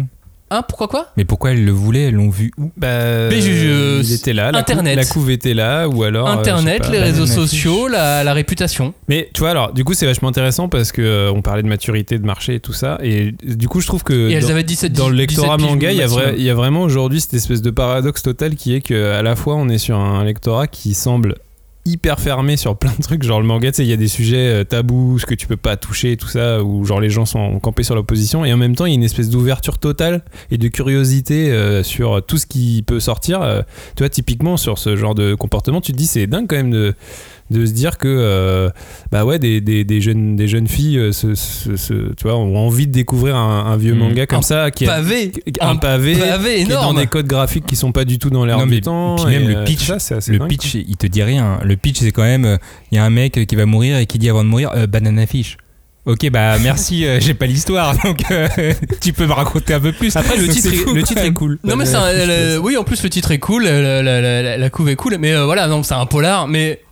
Hein, pourquoi quoi? Mais pourquoi elles le voulaient? Elles l'ont vu où? Bah, Mais je- je- il était là, la Internet. couve, la couve était là, ou alors euh, Internet, je sais les pas. réseaux Banana sociaux, la, la réputation. Mais tu vois, alors du coup c'est vachement intéressant parce que euh, on parlait de maturité de marché et tout ça, et du coup je trouve que Et elles dans, avaient dix-sept dans le lectorat dix-sept manga, il y, a maximum. vrai- il y a vraiment aujourd'hui cette espèce de paradoxe total qui est que à la fois on est sur un lectorat qui semble hyper fermé sur plein de trucs, genre le manga, tu sais, il y a des sujets euh, tabous, ce que tu peux pas toucher, tout ça, où genre les gens sont campés sur l'opposition, et en même temps il y a une espèce d'ouverture totale et de curiosité euh, sur tout ce qui peut sortir. Euh, tu vois, typiquement sur ce genre de comportement, tu te dis c'est dingue quand même de de se dire que euh, bah ouais des, des, des jeunes des jeunes filles euh, se, se, se- tu vois ont envie de découvrir un, un vieux Mmh. manga comme Un ça qui est Pavé. un pavé, pavé qui est dans énorme. des codes graphiques qui sont pas du tout dans l'air Non, du mais temps, puis même et, le euh, pitch, tout ça, c'est assez Le dingue, pitch, il te dit rien. Le pitch, c'est quand même, il y a un mec qui va mourir et qui dit avant de mourir, euh, banana fish. Ok, bah merci, euh, j'ai pas l'histoire, donc euh, tu peux me raconter un peu plus. Après le Donc, titre c'est est, fou, le quand titre est même. cool. Non mais c'est un- le- oui, en plus le titre est cool, la, la, la, la- la couve est cool, mais euh, voilà, non, c'est un polar, mais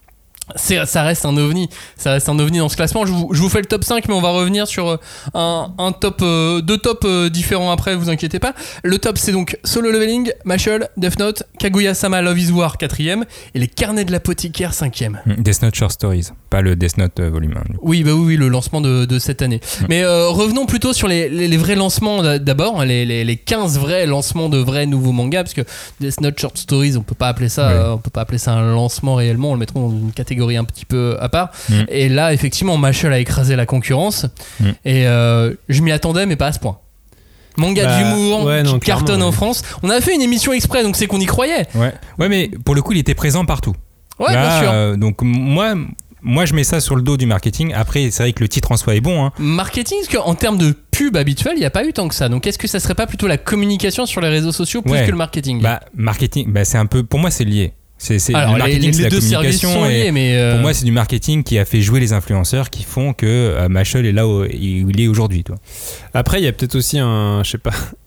c'est, ça reste un ovni, ça reste un ovni dans ce classement. Je vous, je vous fais le top cinq, mais on va revenir sur euh, un, un top, euh, deux tops euh, différents après, vous inquiétez pas. Le top, c'est donc Solo Leveling, Mashle, Death Note, Kaguya-sama Love is War quatrième et les Carnets de l'apothicaire cinquième. Death Note Short Stories, pas le Death Note euh, volume un. Oui, bah oui, oui, le lancement de, de cette année. Mm. Mais euh, revenons plutôt sur les, les, les vrais lancements d'a- d'abord, les, les, les quinze vrais lancements de vrais nouveaux mangas, parce que Death Note Short Stories, on peut pas appeler ça, Ouais. euh, on peut pas appeler ça un lancement réellement, on le mettra dans une catégorie un petit peu à part. Mm. Et là, effectivement, Mashle a écrasé la concurrence, Mm. et euh, je m'y attendais, mais pas à ce point. Manga Bah, d'humour ouais, non, qui cartonne clairement, en ouais. France. On a fait une émission exprès, donc c'est qu'on y croyait. Ouais. ouais, mais pour le coup, il était présent partout. Ouais, Là, bien sûr. euh, donc moi, moi, je mets ça sur le dos du marketing. Après, c'est vrai que le titre en soi est bon. Hein. Marketing, parce qu'en termes de pub habituel, il n'y a pas eu tant que ça. Donc est-ce que ça serait pas plutôt la communication sur les réseaux sociaux plus Ouais. que le marketing? Bah, marketing, bah, c'est un peu. Pour moi, c'est lié. C'est, c'est Alors, le les, marketing, les c'est la deux services communication. sont et liés, mais euh, Pour moi, c'est du marketing qui a fait jouer les influenceurs qui font que euh, Mashle est là où il est aujourd'hui. Toi. Après, il y a peut-être aussi un, je sais pas,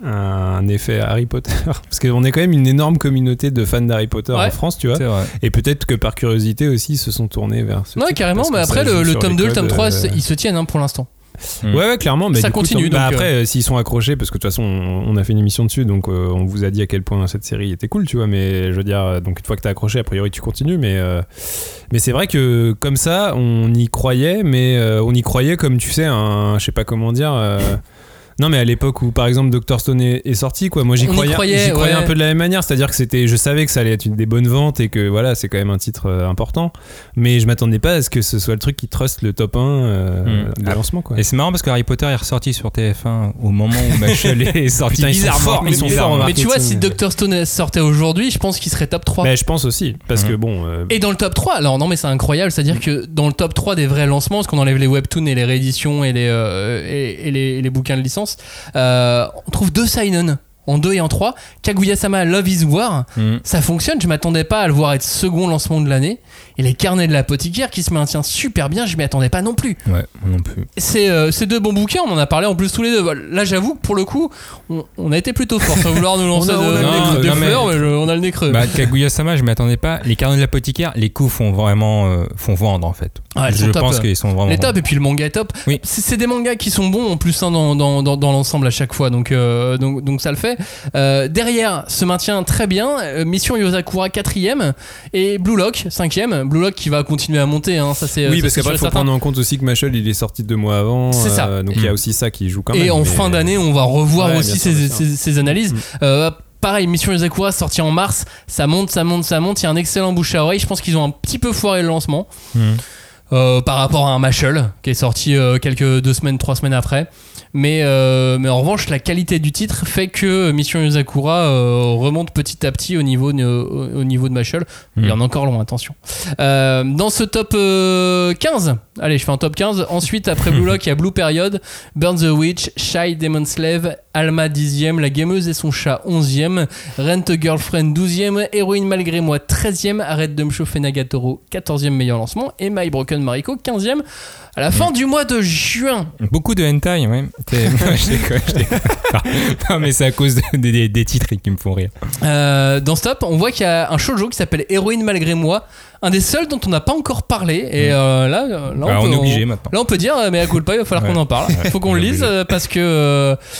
un effet Harry Potter, parce qu'on est quand même une énorme communauté de fans d'Harry Potter Ouais. en France, tu vois. C'est vrai. Et peut-être que par curiosité aussi, ils se sont tournés vers ce ouais, titre, carrément. parce Mais que après, ça le, joue le sur tome les deux, le codes, tome trois, euh, c'est- ils se tiennent hein, pour l'instant. Mm. Ouais, ouais, clairement. Mais Ça du coup, continue, tant- bah, donc, après, euh, s'ils sont accrochés, parce que de toute façon, on, on a fait une émission dessus, donc euh, on vous a dit à quel point cette série était cool, tu vois. Mais je veux dire, euh, donc une fois que t'as accroché, a priori, tu continues. Mais, euh, mais c'est vrai que comme ça, on y croyait, mais euh, on y croyait comme, tu sais, un, je sais pas comment dire. euh, Non, mais à l'époque où par exemple Doctor Stone est, est sorti, quoi, moi j'y On y croyais, croyait, j'y croyais ouais. un peu de la même manière, c'est-à-dire que c'était, je savais que ça allait être une des bonnes ventes et que voilà, c'est quand même un titre euh, important, mais je m'attendais pas à ce que ce soit le truc qui truste le top un euh, Mm. de Ah. lancement, quoi. Et c'est marrant parce que Harry Potter est ressorti sur T F un au moment où Mashle est sorti. Putain, ils sont bizarrement. forts, ils sont bizarrement. forts en Mais tu vois, marketing. si Doctor Stone sortait aujourd'hui, je pense qu'il serait top trois. Bah, je pense aussi, parce Mhm. que bon. euh, Et dans le top trois, alors non mais c'est incroyable, c'est-à-dire que dans le top trois des vrais lancements, parce qu'on enlève les webtoons et les rééditions et les, euh, et, et les, et les bouquins de licence, euh, on trouve deux seinen en deux et en trois. Kaguya-sama Love is War, Mm. ça fonctionne, je m'attendais pas à le voir être second lancement de l'année. Et les Carnets de l'apothicaire qui se maintient super bien, je m'y attendais pas non plus. Ouais, moi non plus. C'est euh, c'est deux bons bouquins, on en a parlé en plus tous les deux. Voilà. Là j'avoue que pour le coup, on, on a été plutôt fort sans vouloir nous lancer On a- on a de- le nez de- creux. des Non, mais- fleurs, mais je- on a le nez creux. Bah, Kaguya-sama, je m'y attendais pas. Les carnets de l'apothicaire, les coups font vraiment euh, font vendre en fait. Ouais, elles je sont top. pense qu'ils sont vraiment. Les top et puis le manga est top. Oui. C'est c'est des mangas qui sont bons en plus hein, dans, dans, dans, dans l'ensemble à chaque fois, donc, euh, donc, donc ça le fait. Euh, derrière se maintient très bien euh, Mission Yozakura quatrième et Blue Lock cinquième. Blue Lock qui va continuer à monter, hein, ça c'est Oui, ça, parce c'est qu'après, il sûr faut et certain. prendre en compte aussi que Mashle, il est sorti deux mois avant. C'est ça. euh, donc il y a aussi ça qui joue quand même. Et en mais- fin d'année, on va revoir Ouais, aussi bien sûr, ces, bien sûr. ces- ces analyses. Mm. Euh, pareil, Mission Yozakura sorti en mars, ça monte, ça monte, ça monte. Il y a un excellent bouche à oreille. Je pense qu'ils ont un petit peu foiré le lancement. Mm. Euh, par rapport à un Mashle qui est sorti euh, quelques deux semaines, trois semaines après. Mais, euh, mais en revanche, la qualité du titre fait que Mission Yozakura euh, remonte petit à petit au niveau de, au, au niveau de Mashle. Il y en a encore loin, attention. Euh, dans ce top euh, quinze, allez, je fais un top quinze. Ensuite, après Blue Lock, il y a Blue Period, Burn the Witch, Shy Demon Slave, Alma dixième, La Gameuse et son chat onzième, Rent a Girlfriend douzième, Héroïne malgré moi treizième, Arrête de me chauffer Nagatoro quatorzième meilleur lancement et My Broken Mariko quinzième à la fin du mois de juin. Beaucoup de hentai, ouais. C'est- je déconne, je déconne. Non, mais c'est à cause de- des, des- des titres qui me font rire. Euh, dans ce top, on voit qu'il y a un shoujo qui s'appelle Héroïne malgré moi, un des seuls dont on n'a pas encore parlé. Et euh, là, là, Bah, on, on peut, est obligé maintenant. Là, on peut dire, mais à coup de pas, il va falloir Ouais. qu'on en parle. Il faut qu'on On le est lise obligé. euh, parce que euh, pa- Bah,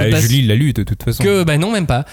Bah, Parce Julie l'a lu de toute façon. Que, bah non, même pas.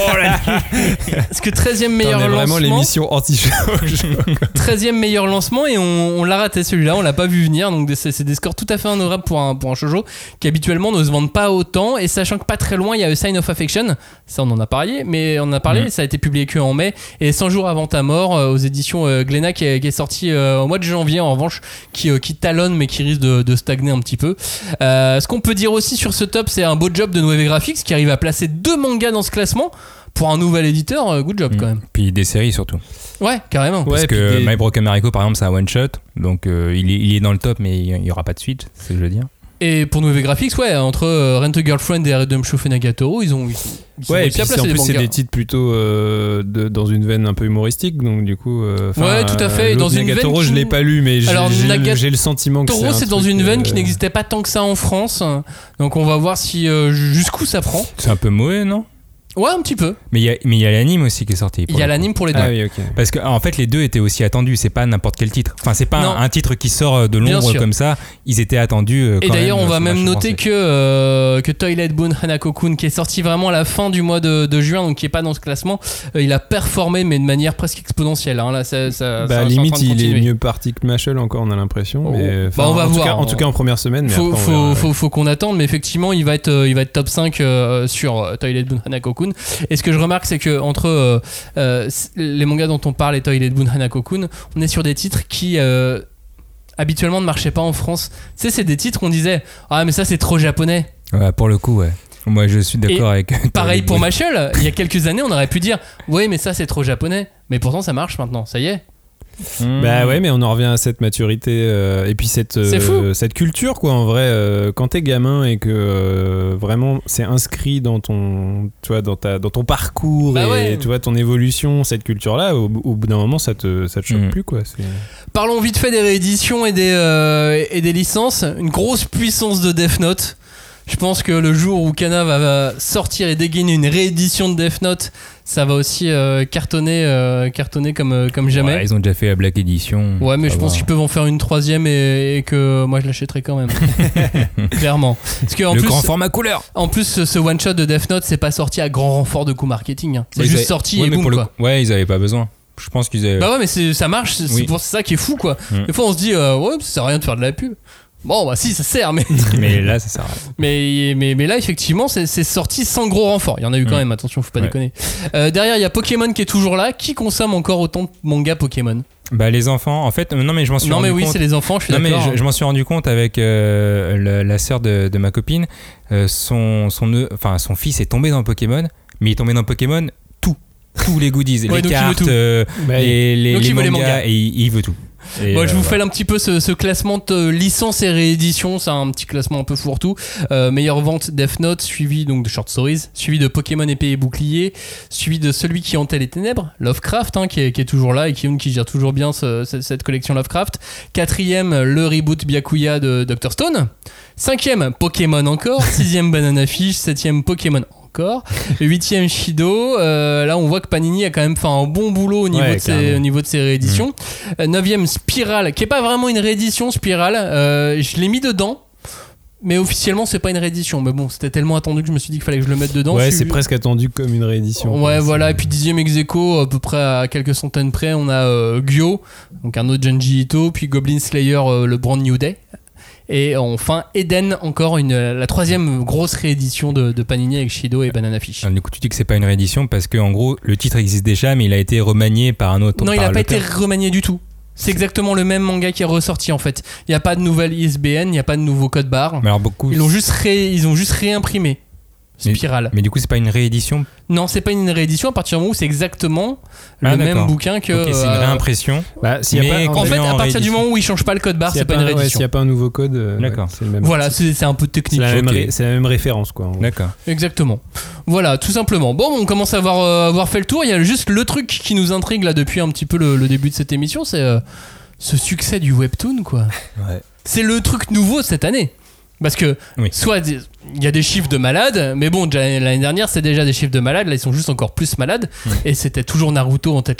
Parce que treizième meilleur T'en es lancement. vraiment l'émission anti-show. treizième meilleur lancement et on, on l'a raté celui-là, on l'a pas vu venir. Donc c'est, c'est des scores tout à fait honorables pour un, pour un shoujo qui habituellement ne se vendent pas autant. Et sachant que pas très loin, il y a A Sign of Affection. Ça, on en a parlé, mais on en a parlé. Mmh. Ça a été publié que en mai. Et cent jours avant ta mort, euh, aux éditions euh, Glénat, qui est, qui est sorti euh, au mois de janvier en revanche, qui, euh, qui talonne mais qui risque de, de stagner un petit peu. Euh, ce qu'on peut dire aussi sur ce top, c'est un beau job de Noévé Graphics qui arrive à placer deux mangas dans ce classement. Pour un nouvel éditeur, euh, good job quand même. Puis des séries surtout. Ouais, carrément. Parce ouais, que des... My Broken Mariko, par exemple, c'est un one shot. Donc euh, il, est, il est dans le top, mais il n'y aura pas de suite, c'est ce que je veux dire. Et pour Noévé Graphics, ouais, entre euh, Rent a Girlfriend et Redemption of Nagatoro, ils ont, ils, ils ouais, ont réussi à placer en des plus, mangas. c'est des titres plutôt euh, de, dans une veine un peu humoristique, donc du coup. Euh, ouais, tout à fait. Euh, dans une Nagatoro, veine je l'ai pas lu, mais j'ai, Alors, j'ai, Nagatoro, j'ai le sentiment que c'est. Toro, c'est dans truc, une veine euh... qui n'existait pas tant que ça en France. Donc on va voir si euh, jusqu'où ça prend. C'est un peu mauvais, non? Ouais, un petit peu. Mais il y a, mais il y a l'anime aussi qui est sorti. Il y a l'anime pour les deux. Ah oui, ok. Parce que en fait, les deux étaient aussi attendus. C'est pas n'importe quel titre. Enfin, c'est pas un, un titre qui sort de l'ombre comme ça. Ils étaient attendus. Euh, Et quand d'ailleurs, même, on va même noter français. que euh, que Toilet Boon Hanako-kun, qui est sorti vraiment à la fin du mois de, de juin, donc qui est pas dans ce classement, euh, il a performé mais de manière presque exponentielle. Hein. Là, ça, ça, bah, ça, limite, il continuer. est mieux parti que Mashal encore, on a l'impression. Oh. Mais, bah, on va en voir. Tout cas, en tout cas, en première semaine. Mais faut, après, faut, verra, faut, ouais. faut qu'on attende, mais effectivement, il va être, euh, il va être top cinq euh, sur euh, Toilet Boon Hanako-kun. Et ce que je remarque, c'est que entre euh, euh, les mangas dont on parle et Toilet Boon Hanako-kun, on est sur des titres qui euh, habituellement ne marchaient pas en France. Tu sais, c'est des titres qu'on disait ah mais ça c'est trop japonais. Ouais, pour le coup, ouais. Moi, je suis d'accord et avec. Pareil pour Mashal. Il y a quelques années, on aurait pu dire ouais mais ça c'est trop japonais. Mais pourtant ça marche maintenant. Ça y est. Mmh. Bah ouais, mais on en revient à cette maturité euh, et puis cette euh, cette culture quoi. En vrai, euh, quand t'es gamin et que euh, vraiment c'est inscrit dans ton, tu vois, dans ta dans ton parcours bah et ouais. tu vois ton évolution, cette culture-là, au, au bout d'un moment, ça te ça te choque mmh. plus quoi. C'est... Parlons vite fait des rééditions et des euh, et des licences. Une grosse puissance de Death Note. Je pense que le jour où Kana va sortir et dégainer une réédition de Death Note, ça va aussi euh, cartonner, euh, cartonner comme, euh, comme jamais. Ouais, ils ont déjà fait la Black Edition. Ouais, mais je va. pense qu'ils peuvent en faire une troisième et, et que moi je l'achèterai quand même. Clairement. Parce que en le plus, grand format couleur. En plus, ce, ce one shot de Death Note, c'est pas sorti à grand renfort de coût marketing. Hein. C'est ouais, juste avaient... sorti ouais, et boum pour quoi. Le... Ouais, ils avaient pas besoin. Je pense qu'ils avaient. Bah ouais, mais c'est, ça marche. C'est, oui. c'est pour ça qui est fou quoi. Mm. Des fois, on se dit euh, ouais, ça sert à rien de faire de la pub. Bon bah si ça sert mais mais là ça sert à rien. mais, mais, mais là effectivement c'est, c'est sorti sans gros renfort. Il y en a eu quand mmh. même, attention faut pas ouais. déconner. euh, Derrière il y a Pokémon qui est toujours là. Qui consomme encore autant de mangas Pokémon? Bah les enfants en fait. Non mais je m'en suis non, rendu mais oui, compte. Non mais oui c'est les enfants je suis non, d'accord. mais je, je m'en suis rendu compte avec euh, la, la sœur de, de ma copine. euh, son, son, enfin, son fils est tombé dans Pokémon. Mais il est tombé dans Pokémon tout. Tous les goodies, ouais, les cartes, euh, bah, les, les, les, mangas, les mangas et il, il veut tout. Et Moi, euh, je vous fais un petit peu ce, ce classement de licences et rééditions. C'est un petit classement un peu fourre-tout. Euh, meilleure vente Death Note, suivi donc de Short Stories, suivi de Pokémon Épée et Bouclier, suivi de Celui qui hantait les ténèbres, Lovecraft, hein, qui, est, qui est toujours là et qui, qui gère toujours bien ce, cette collection Lovecraft. Quatrième, le reboot Byakuya de docteur Stone. Cinquième, Pokémon encore. Sixième, Banana Fish. Septième, Pokémon encore. Huitième, Shido. Euh, là, on voit que Panini a quand même fait un bon boulot au niveau, ouais, de, ses, au niveau de ses rééditions. Mmh. Neuvième, Spiral, qui est pas vraiment une réédition, Spiral. Euh, je l'ai mis dedans. Mais officiellement, c'est pas une réédition. Mais bon, c'était tellement attendu que je me suis dit qu'il fallait que je le mette dedans. Ouais, je c'est suis... presque attendu comme une réédition. Ouais, quoi. voilà. C'est... Et puis dixième ex-aequo, à peu près à quelques centaines près, on a euh, Gyo, donc un autre Junji Ito, puis Goblin Slayer, euh, le Brand New Day. Et enfin, Eden, encore une, la troisième grosse réédition de, de Panini avec Shido et Banana Fish. Alors, du coup, tu dis que c'est pas une réédition parce que en gros, le titre existe déjà, mais il a été remanié par un autre. Non, il a pas l'auteur. été remanié du tout. C'est exactement le même manga qui est ressorti en fait. Il n'y a pas de nouvelle I S B N, il n'y a pas de nouveau code barre. Mais alors beaucoup. Ils l'ont juste ré... ils ont juste réimprimé. Spiral. Mais, mais du coup, c'est pas une réédition? Non, c'est pas une réédition à partir du moment où c'est exactement ah, le d'accord. même bouquin que. Ok, c'est une réimpression. Bah, s'il y a pas, en fait, à partir du moment où ils changent pas le code barre, c'est pas, pas une réédition. Ouais, s'il n'y a pas un nouveau code, euh, d'accord. Ouais, c'est le même. Voilà, c'est, c'est un peu technique. C'est la, même okay. ré, c'est la même référence, quoi. D'accord. Exactement. Voilà, tout simplement. Bon, on commence à avoir, euh, avoir fait le tour. Il y a juste le truc qui nous intrigue là depuis un petit peu le, le début de cette émission, c'est euh, ce succès du webtoon, quoi. Ouais. C'est le truc nouveau cette année. Parce que oui. soit il y a des chiffres de malades, mais bon, déjà, l'année dernière c'est déjà des chiffres de malades, là ils sont juste encore plus malades. Mmh. Et c'était toujours Naruto en tête l'année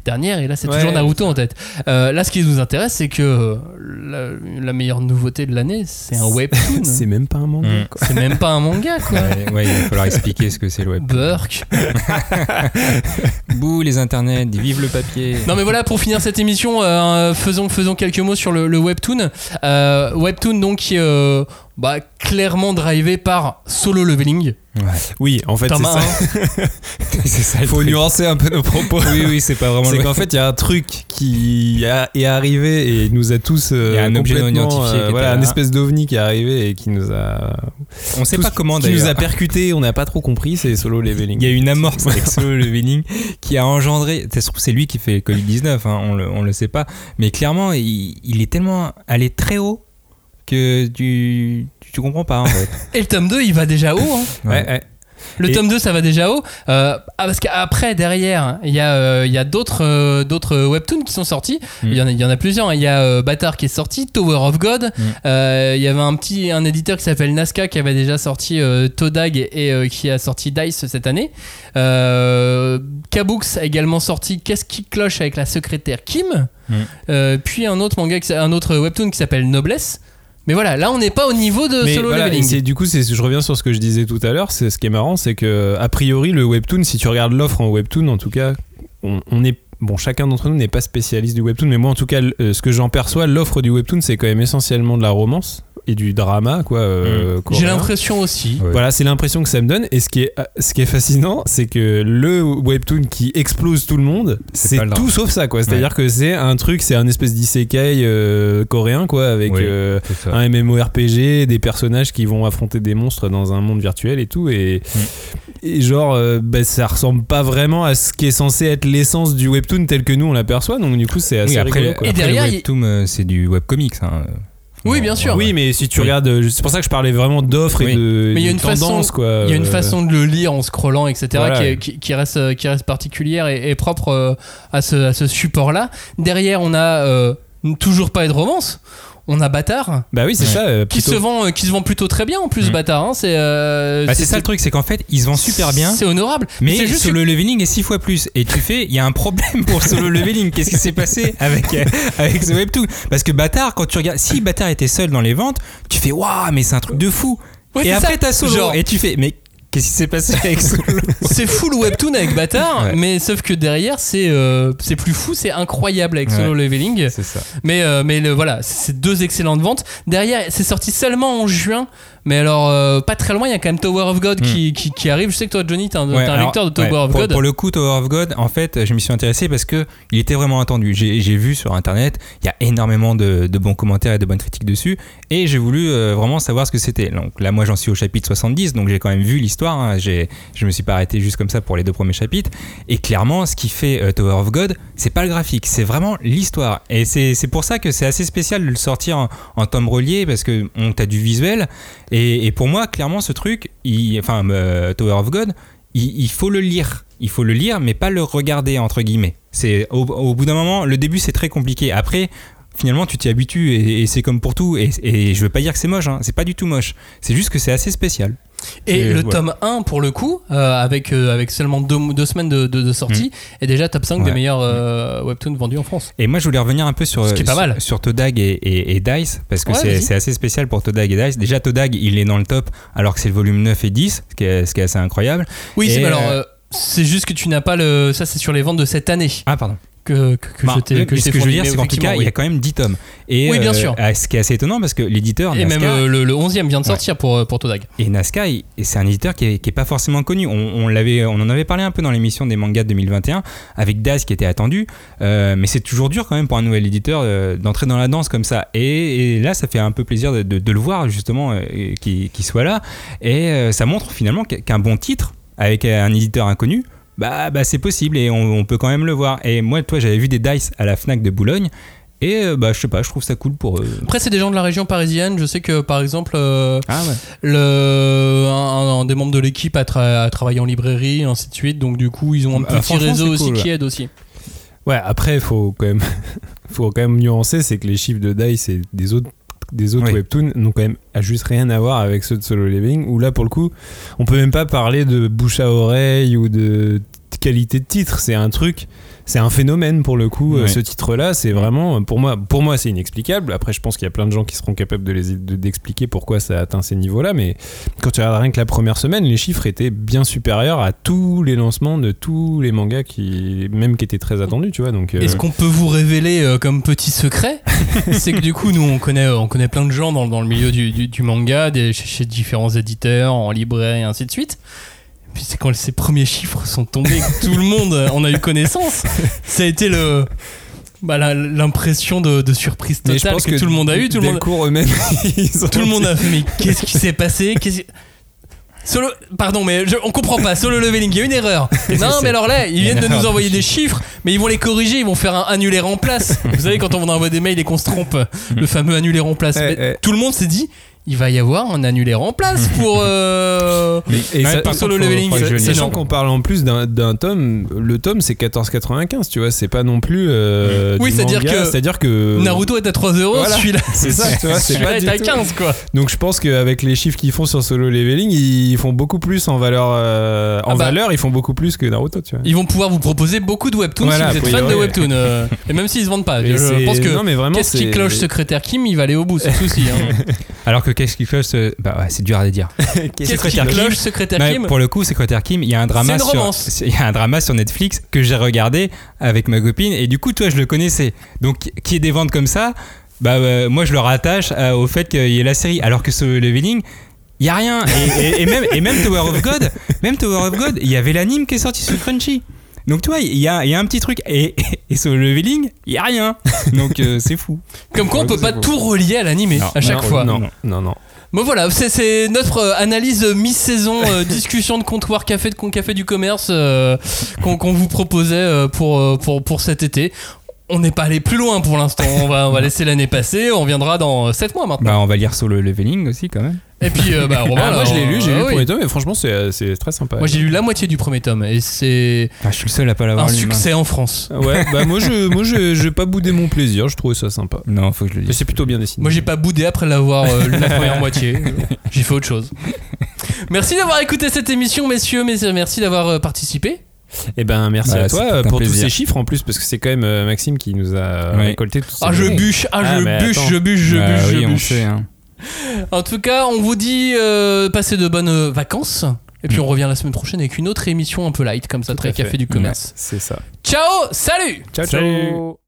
dernière et là c'est Ouais, toujours Naruto en tête. Euh, là ce qui nous intéresse c'est que la, la meilleure nouveauté de l'année c'est un webtoon. C'est même pas un manga. Mmh. Quoi. C'est même pas un manga quoi. Ouais, ouais, il va falloir expliquer ce que c'est le webtoon. Burk. Bouh les internets, vive le papier. Non mais voilà, pour finir cette émission, euh, faisons, faisons quelques mots sur le, le webtoon. Euh, webtoon donc qui est euh, bah, clairement drivé par Solo Leveling. Ouais. Oui, en fait, c'est ça. c'est ça. Il faut nuancer un peu nos propos. Oui, oui, c'est pas vraiment. C'est le... qu'en fait, il y a un truc qui a, est arrivé et nous a tous. Euh, il y a un objet non complètement, identifié. Euh, voilà, un espèce d'ovni qui est arrivé et qui nous a. On sait tous, pas comment qui d'ailleurs. nous a percuté, on n'a pas trop compris, c'est Solo Leveling. Il y a une amorce avec Solo Leveling qui a engendré. C'est lui qui fait covid dix-neuf, hein, on, le, on le sait pas. Mais clairement, il, il est tellement allé très haut que tu, tu, tu comprends pas en fait. Et le tome deux, il va déjà haut. Hein. Ouais, ouais. Le Et... tome deux, ça va déjà haut. Euh, parce qu'après, derrière, il y a, euh, y a d'autres, euh, d'autres webtoons qui sont sortis. Il mm. y, y en a plusieurs. Il y a euh, Bâtard qui est sorti, Tower of God. Il mm. euh, y avait un petit un éditeur qui s'appelle Nazca qui avait déjà sorti euh, Todag et, et euh, qui a sorti Dice cette année. Euh, Kabooks a également sorti Qu'est-ce qui cloche avec la secrétaire Kim. Mm. Euh, puis un autre manga, un autre webtoon qui s'appelle Noblesse. Mais voilà, là on n'est pas au niveau de mais Solo voilà, Leveling. C'est, du coup, c'est, je reviens sur ce que je disais tout à l'heure. C'est, ce qui est marrant, c'est que a priori le webtoon, si tu regardes l'offre en webtoon, en tout cas, on, on est bon, chacun d'entre nous n'est pas spécialiste du webtoon, mais moi en tout cas, euh, ce que j'en perçois, l'offre du webtoon, c'est quand même essentiellement de la romance et du drama, quoi. Euh, mmh. J'ai l'impression aussi. Ouais. Voilà, c'est l'impression que ça me donne. Et ce qui est, ce qui est fascinant, c'est que le webtoon qui explose tout le monde, c'est, c'est tout sauf ça, quoi. C'est-à-dire ouais. que c'est un truc, c'est un espèce d'isekai euh, coréen, quoi, avec oui, euh, un MMORPG, des personnages qui vont affronter des monstres dans un monde virtuel et tout. Et, mmh. et genre, euh, bah, ça ressemble pas vraiment à ce qui est censé être l'essence du webtoon tel que nous on l'aperçoit. Donc du coup, c'est assez oui, après, rigolo, quoi. Et derrière, le webtoon, il... c'est du webcomics, hein. Oui, bien sûr. Oui, mais si tu oui. regardes, c'est pour ça que je parlais vraiment d'offres oui. et de, mais y a une de tendances, façon, quoi. Il y a une façon de le lire en scrollant, et cetera, voilà. qui, qui, qui, reste, qui reste particulière et, et propre euh, à, ce, à ce support-là. Derrière, on a euh, toujours pas de romance. On a Bâtard. Bah oui, c'est ouais. ça. Euh, qui se vend, qui se vend plutôt très bien en plus, mmh. Bâtard. Hein, c'est, euh, bah c'est, c'est ça le truc, c'est qu'en fait, il se vend super bien. C'est honorable. Mais, mais c'est juste Solo que... Leveling est six fois plus. Et tu fais, il y a un problème pour Solo Leveling. Qu'est-ce qui s'est passé avec euh, avec ce webtoon ? Parce que Bâtard, quand tu regardes, si Bâtard était seul dans les ventes, tu fais waouh, mais c'est un truc de fou. Ouais, et après ça. T'as Solo Genre... et tu fais mais. Qu'est-ce qui s'est passé avec Solo ? C'est full webtoon avec Bâtard, ouais. mais sauf que derrière c'est euh, c'est plus fou, c'est incroyable avec Solo ouais, Leveling. C'est ça. Mais euh, mais le, voilà, c'est deux excellentes ventes. Derrière, c'est sorti seulement en juin. Mais alors, euh, pas très loin, il y a quand même Tower of God mm. qui, qui, qui arrive. Je sais que toi, Johnny, t'es un, ouais, t'es un alors, lecteur de Tower ouais, of pour, God. Pour le coup, Tower of God, en fait, je m'y suis intéressé parce qu'il était vraiment attendu. J'ai, j'ai vu sur Internet, il y a énormément de, de bons commentaires et de bonnes critiques dessus. Et j'ai voulu euh, vraiment savoir ce que c'était. Donc là, moi, j'en suis au chapitre soixante-dix, donc j'ai quand même vu l'histoire. Hein. J'ai, je me suis pas arrêté juste comme ça pour les deux premiers chapitres. Et clairement, ce qui fait euh, Tower of God, c'est pas le graphique, c'est vraiment l'histoire. Et c'est, c'est pour ça que c'est assez spécial de le sortir en, en tome relié parce que on, t'as du visuel. Et, et pour moi, clairement, ce truc, il, enfin, euh, Tower of God, il, il faut le lire. Il faut le lire, mais pas le regarder, entre guillemets. C'est, au, au bout d'un moment, le début, c'est très compliqué. Après, finalement, tu t'y habitues et, et c'est comme pour tout. Et, et je veux pas dire que c'est moche, hein. C'est pas du tout moche. C'est juste que c'est assez spécial. Et, et le voilà. tome un, pour le coup, euh, avec, euh, avec seulement deux, deux semaines de, de, de sortie, mmh. est déjà top cinq ouais. des meilleurs euh, webtoons vendus en France. Et moi, je voulais revenir un peu sur, Ce qui est pas sur, mal. sur Todag et, et, et Dice, parce que ouais, c'est, c'est assez spécial pour Todag et Dice. Déjà, Todag, il est dans le top, alors que c'est le volume neuf et dix, ce qui est, ce qui est assez incroyable. Oui, et c'est, alors, euh, c'est juste que tu n'as pas le... Ça, c'est sur les ventes de cette année. Ah, pardon. Que, que, que bah, je t'ai, que ce je que je veux dire, mais c'est qu'en tout cas, oui. il y a quand même dix tomes. Et, oui, bien sûr. Euh, ce qui est assez étonnant parce que l'éditeur. Et Nazca, même euh, le, le onzième vient de sortir ouais. pour, pour Todag. Et Nazca, il, c'est un éditeur qui est, qui est pas forcément connu. On, on, l'avait, on en avait parlé un peu dans l'émission des mangas de deux mille vingt et un avec Daz qui était attendu. Euh, mais c'est toujours dur quand même pour un nouvel éditeur euh, d'entrer dans la danse comme ça. Et, et là, ça fait un peu plaisir de, de, de le voir justement, euh, qu'il, qu'il soit là. Et euh, ça montre finalement qu'un bon titre avec un éditeur inconnu. Bah, bah c'est possible et on, on peut quand même le voir. Et moi, toi, j'avais vu des Dice à la Fnac de Boulogne et bah je sais pas, je trouve ça cool pour eux. Après, c'est des gens de la région parisienne. Je sais que par exemple, euh, ah ouais. le un, un des membres de l'équipe a, tra- a travaillé en librairie, ainsi de suite. Donc du coup, ils ont un bah, petit réseau aussi cool, qui ouais. aide aussi. Ouais, après, faut quand même, faut quand même nuancer, c'est que les chiffres de Dice et des autres. des autres oui. webtoons n'ont quand même juste rien à voir avec ceux de Solo Leveling où là pour le coup on peut même pas parler de bouche à oreille ou de qualité de titre, c'est un truc, c'est un phénomène pour le coup. Ouais. Ce titre-là, c'est vraiment, pour moi, pour moi, c'est inexplicable. Après, je pense qu'il y a plein de gens qui seront capables de les, de, d'expliquer pourquoi ça a atteint ces niveaux-là. Mais quand tu regardes rien que la première semaine, les chiffres étaient bien supérieurs à tous les lancements de tous les mangas qui, même qui étaient très attendus, tu vois. Donc, euh... Et ce qu'on peut vous révéler euh, comme petit secret, c'est que du coup, nous, on connaît, on connaît plein de gens dans, dans le milieu du, du, du manga, des, chez, chez différents éditeurs, en librairie et ainsi de suite. Puis c'est quand ces premiers chiffres sont tombés que tout le monde en a eu connaissance. Ça a été le, bah, la, l'impression de, de surprise totale je pense que, que tout le monde a eu. Tout le monde, eux-mêmes, tout le monde a fait mais qu'est-ce qui s'est passé qu'est-ce... Solo, pardon, mais je, on comprend pas. Solo Leveling, il y a une erreur. Non, mais alors là, ils viennent de nous envoyer des chiffres, mais ils vont les corriger, ils vont faire un annulaire en place. Vous savez, quand on envoie des mails et qu'on se trompe, le fameux annulaire en place. Eh, eh. Tout le monde s'est dit, il va y avoir un annulaire en place pour, euh, et pour ça, pour Solo Leveling. Sachant qu'on parle en plus d'un, d'un tome, le tome c'est quatorze quatre-vingt-quinze, tu vois, c'est pas non plus. Euh, oui, du c'est-à-dire manga, que, c'est-à-dire que Naruto est à trois euros, voilà, celui-là, c'est ça, tu vois, c'est celui-là pas est du à tout. quinze, quoi. Donc je pense qu'avec les chiffres qu'ils font sur Solo Leveling, ils font beaucoup plus en valeur. Euh, en ah bah, valeur, ils font beaucoup plus que Naruto, tu vois. Ils vont pouvoir vous proposer beaucoup de webtoons voilà, si vous êtes fan ouais. de webtoons. Euh, et même s'ils se vendent pas. Je c'est... pense que non, mais vraiment, qu'est-ce c'est... qui cloche secrétaire Kim, il va aller au bout, c'est le souci. Hein. Alors que qu'est-ce qui cloche ce... Bah ouais, c'est dur à dire. Qu'est-ce secrétaire qui cloche Kim, secrétaire bah, Kim pour le coup, secrétaire Kim, il y a un drama sur il y a un drama sur Netflix que j'ai regardé avec ma copine et du coup toi je le connaissais. Donc qu'il y ait des ventes comme ça, bah euh, moi je le rattache euh, au fait qu'il y ait la série alors que ce Leveling il y a rien et, et, et même et même Tower of God, même Tower of God, il y avait l'anime qui est sorti sur Crunchy. Donc tu vois, il y a, il y a un petit truc et, et, et sur le leveling, il y a rien. Donc euh, c'est fou. Comme quoi on peut pas tout relier à l'animé à chaque non, fois. Non, non, non. non. Bon voilà, c'est, c'est notre euh, analyse mi-saison, euh, discussion de comptoir café, de café du commerce euh, qu'on, qu'on vous proposait euh, pour, euh, pour, pour cet été. On n'est pas allé plus loin pour l'instant, on va, on va laisser l'année passer, on viendra dans sept mois maintenant. Bah on va lire Solo Leveling aussi quand même. Et puis euh, bah Romain, ah, moi je l'ai lu, j'ai euh, lu le oui. premier tome et franchement c'est, c'est très sympa. Moi j'ai lu la moitié du premier tome et c'est ah, je suis le seul à pas l'avoir un lu, succès mince. En France. Ouais, bah moi je moi je j'ai pas boudé mon plaisir, je trouvais ça sympa. Non, faut que je le lise. Mais c'est plutôt bien dessiné. Moi j'ai pas boudé après l'avoir euh, lu la première moitié. J'ai fait autre chose. Merci d'avoir écouté cette émission messieurs, mais merci d'avoir euh, participé. Eh ben merci bah, à toi pour plaisir. tous ces chiffres en plus parce que c'est quand même euh, Maxime qui nous a ouais. récolté tout ça. Ah je bûche, ah, ah je bûche, je bûche, je bah, bûche, oui, je on bûche. sait, hein. En tout cas, on vous dit euh, passez de bonnes vacances et puis on revient la semaine prochaine avec une autre émission un peu light comme ça, tout très café du commerce. Ouais, c'est ça. Ciao, salut. Ciao, ciao. Salut.